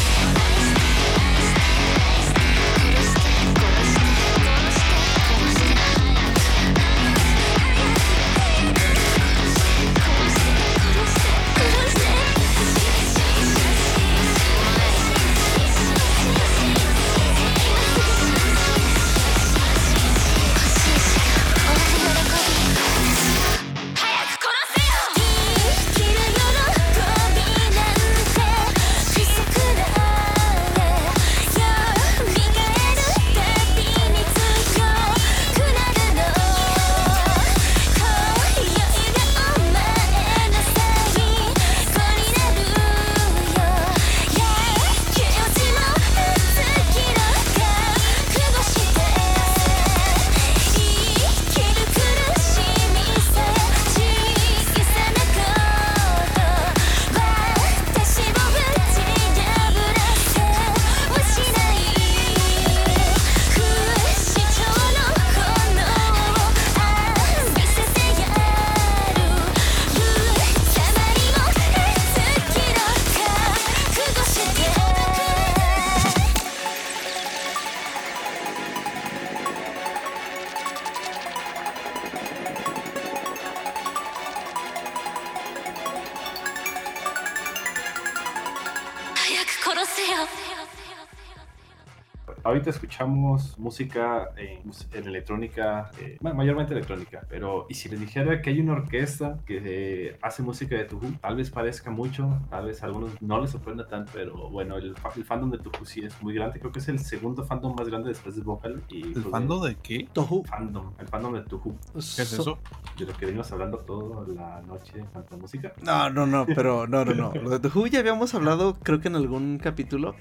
Ahorita escuchamos música en electrónica, mayormente electrónica, pero ¿y si les dijera que hay una orquesta que hace música de Touhou? Tal vez parezca mucho, tal vez a algunos no les sorprenda tanto, pero bueno, el fandom de Touhou sí es muy grande. Creo que es el segundo fandom más grande después de Vocaloid. ¿El fandom de qué? Touhou. El fandom de Touhou. ¿Qué es eso? De lo que venimos hablando toda la noche en cuanto a música. No, pero no. Lo de Touhou ya habíamos hablado, creo que en algún capítulo.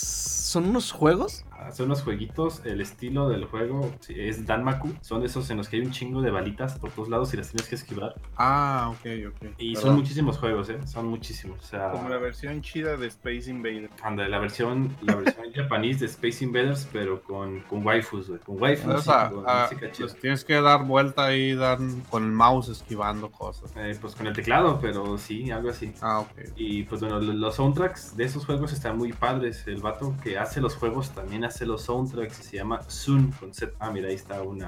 Son unos juegos. Son unos jueguitos, el estilo del juego es Danmaku, son esos en los que hay un chingo de balitas por todos lados y las tienes que esquivar. Ah, ok. Y son muchísimos juegos, son muchísimos. O sea, como la versión chida de Space Invaders. Anda, la versión japonés de Space Invaders, pero con waifus, güey. Con waifus con música chida. Pues tienes que dar vuelta y dar con el mouse esquivando cosas. Pues con el teclado, pero sí, algo así. Ah, ok. Y pues bueno, los soundtracks de esos juegos están muy padres. El vato que hace los juegos también hace los soundtracks y se llama Sun con Z. Ah, mira, ahí está un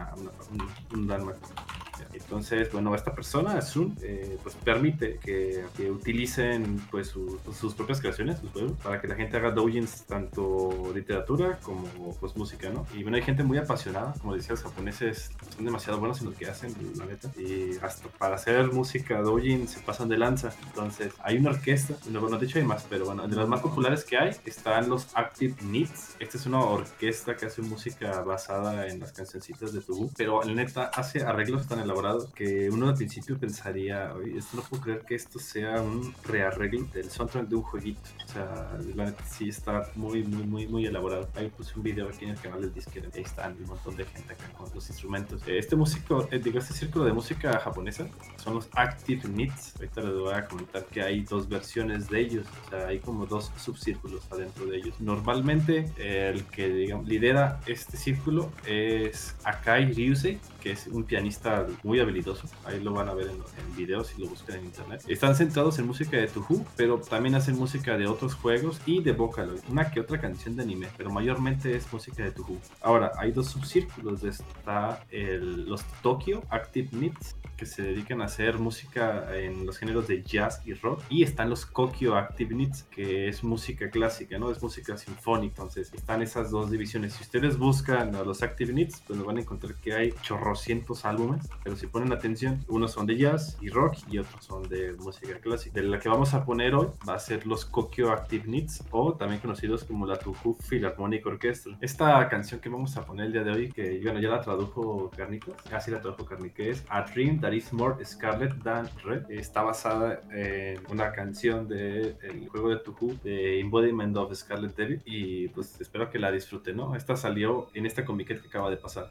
Danmaku. Entonces, bueno, esta persona, Sun, pues permite que utilicen pues sus propias creaciones, sus juegos, para que la gente haga doujins, tanto literatura como pues música, ¿no? Y bueno, hay gente muy apasionada, como decía, los japoneses son demasiado buenos en lo que hacen, la neta, y hasta para hacer música doujin se pasan de lanza. Entonces, hay una orquesta, bueno, de hecho hay más, pero bueno, de las más populares que hay están los Active Needs. Esta es una orquesta que hace música basada en las cancioncitas de Touhou, pero la neta hace arreglos tan elaborados que uno al principio pensaría, oye, esto no puedo creer que esto sea un rearreglo del soundtrack de un jueguito. O sea, la neta sí está muy elaborado. Ahí puse un video aquí en el canal del Disquero, ahí están un montón de gente acá con los instrumentos. Este círculo de música japonesa son los Active Needs. Ahorita les voy a comentar que hay dos versiones de ellos, o sea, hay como dos subcírculos adentro de ellos. Normalmente el que digamos lidera este círculo es Akai Ryusei, que es un pianista muy habilidoso. Ahí lo van a ver en videos si lo buscan en internet. Están centrados en música de Touhou, pero también hacen música de otros juegos y de Vocaloid, una que otra canción de anime, pero mayormente es música de Touhou. Ahora, hay dos subcírculos. Está los Tokyo Active Needs, que se dedican a hacer música en los géneros de jazz y rock, y están los Kokyo Active Needs, que es música clásica, ¿no? Es música sinfónica. Entonces están esas dos divisiones. Si ustedes buscan a los Active Needs, pues van a encontrar que hay chorrocientos álbumes pero si ponen atención, unos son de jazz y rock y otros son de música clásica. De la que vamos a poner hoy va a ser los Kokyo Active Needs, o también conocidos como la Tuhu Philharmonic Orchestra. Esta canción que vamos a poner el día de hoy, que bueno, ya la tradujo Carnitas, casi la tradujo Carnitas, que es A Dream That Is More Scarlet Than Red. Está basada en una canción del juego de Tuhu, de Embodiment of Scarlet Devil, y pues espero que la disfruten, ¿no? Esta salió en esta comiquet que acaba de pasar.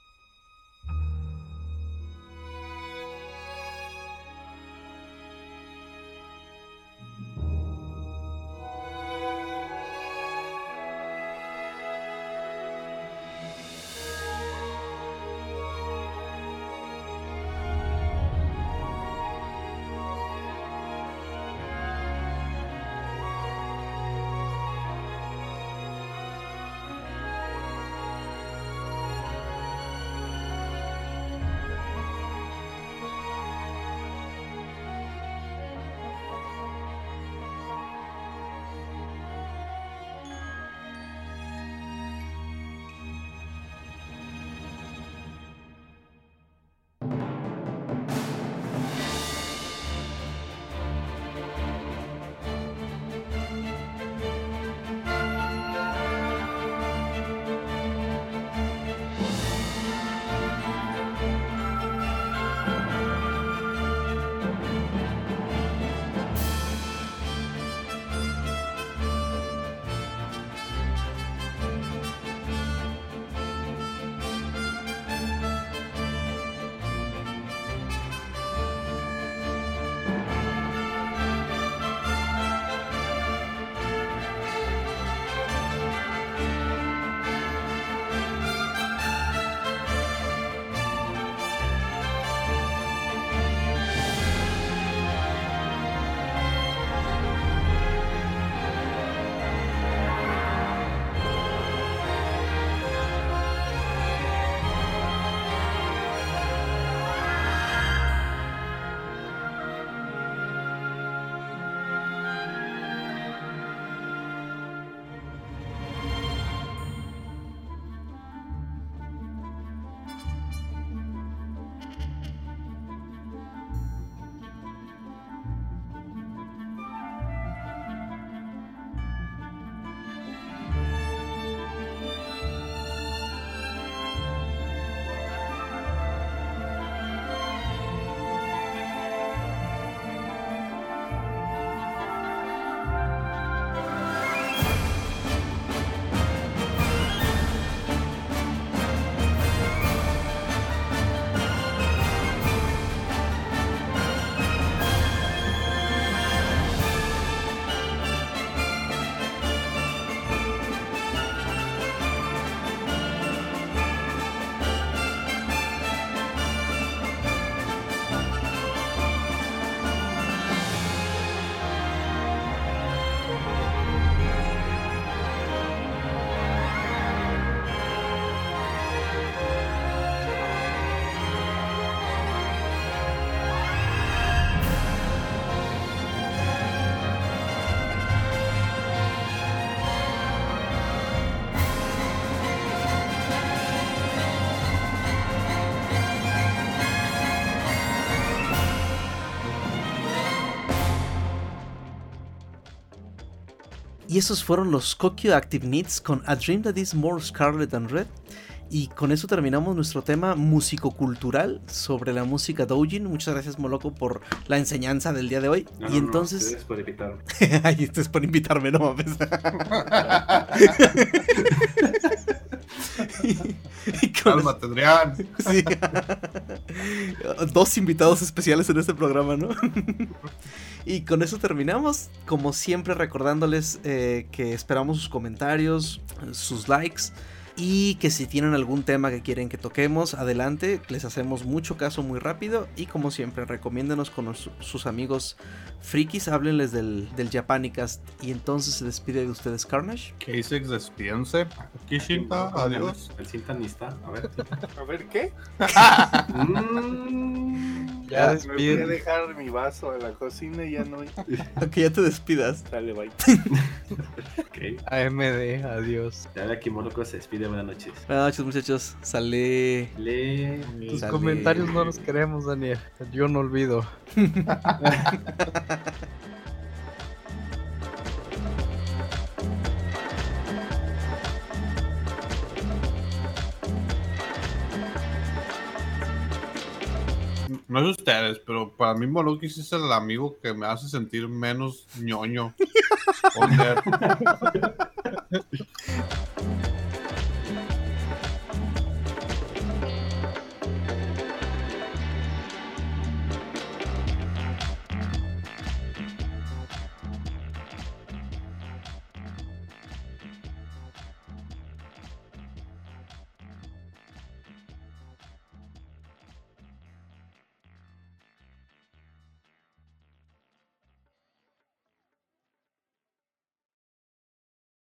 Y esos fueron los Kokyo Active Needs con A Dream That Is More Scarlet Than Red. Y con eso terminamos nuestro tema musicocultural sobre la música doujin. Muchas gracias, Moloco, por la enseñanza del día de hoy. Y entonces... Ustedes por invitarme. Ay, esto es por invitarme, no mames. Cálmate, Adrián. Sí. 2 invitados especiales en este programa, ¿no? Y con eso terminamos. Como siempre, recordándoles que esperamos sus comentarios, sus likes. Y que si tienen algún tema que quieren que toquemos, adelante, les hacemos mucho caso muy rápido. Y como siempre, recomiéndenos con sus amigos frikis, háblenles del Japanicast. Y entonces se despide de ustedes Carnage. K6, despídense. Aquí Shinta, adiós. El Shinta ni está, a ver. A ver, ¿qué? Ya Me voy a despide. dejar mi vaso a la cocina y ya no. Ok, ya te despidas. Dale, bye. Ok. AMD, adiós. Ya aquí Moloco se despide. Buenas noches. Buenas noches, muchachos. Sale. Tus Sale. comentarios no los queremos, Daniel. Yo no olvido. No sé ustedes, pero para mí Molokis es el amigo que me hace sentir menos ñoño. O nerd.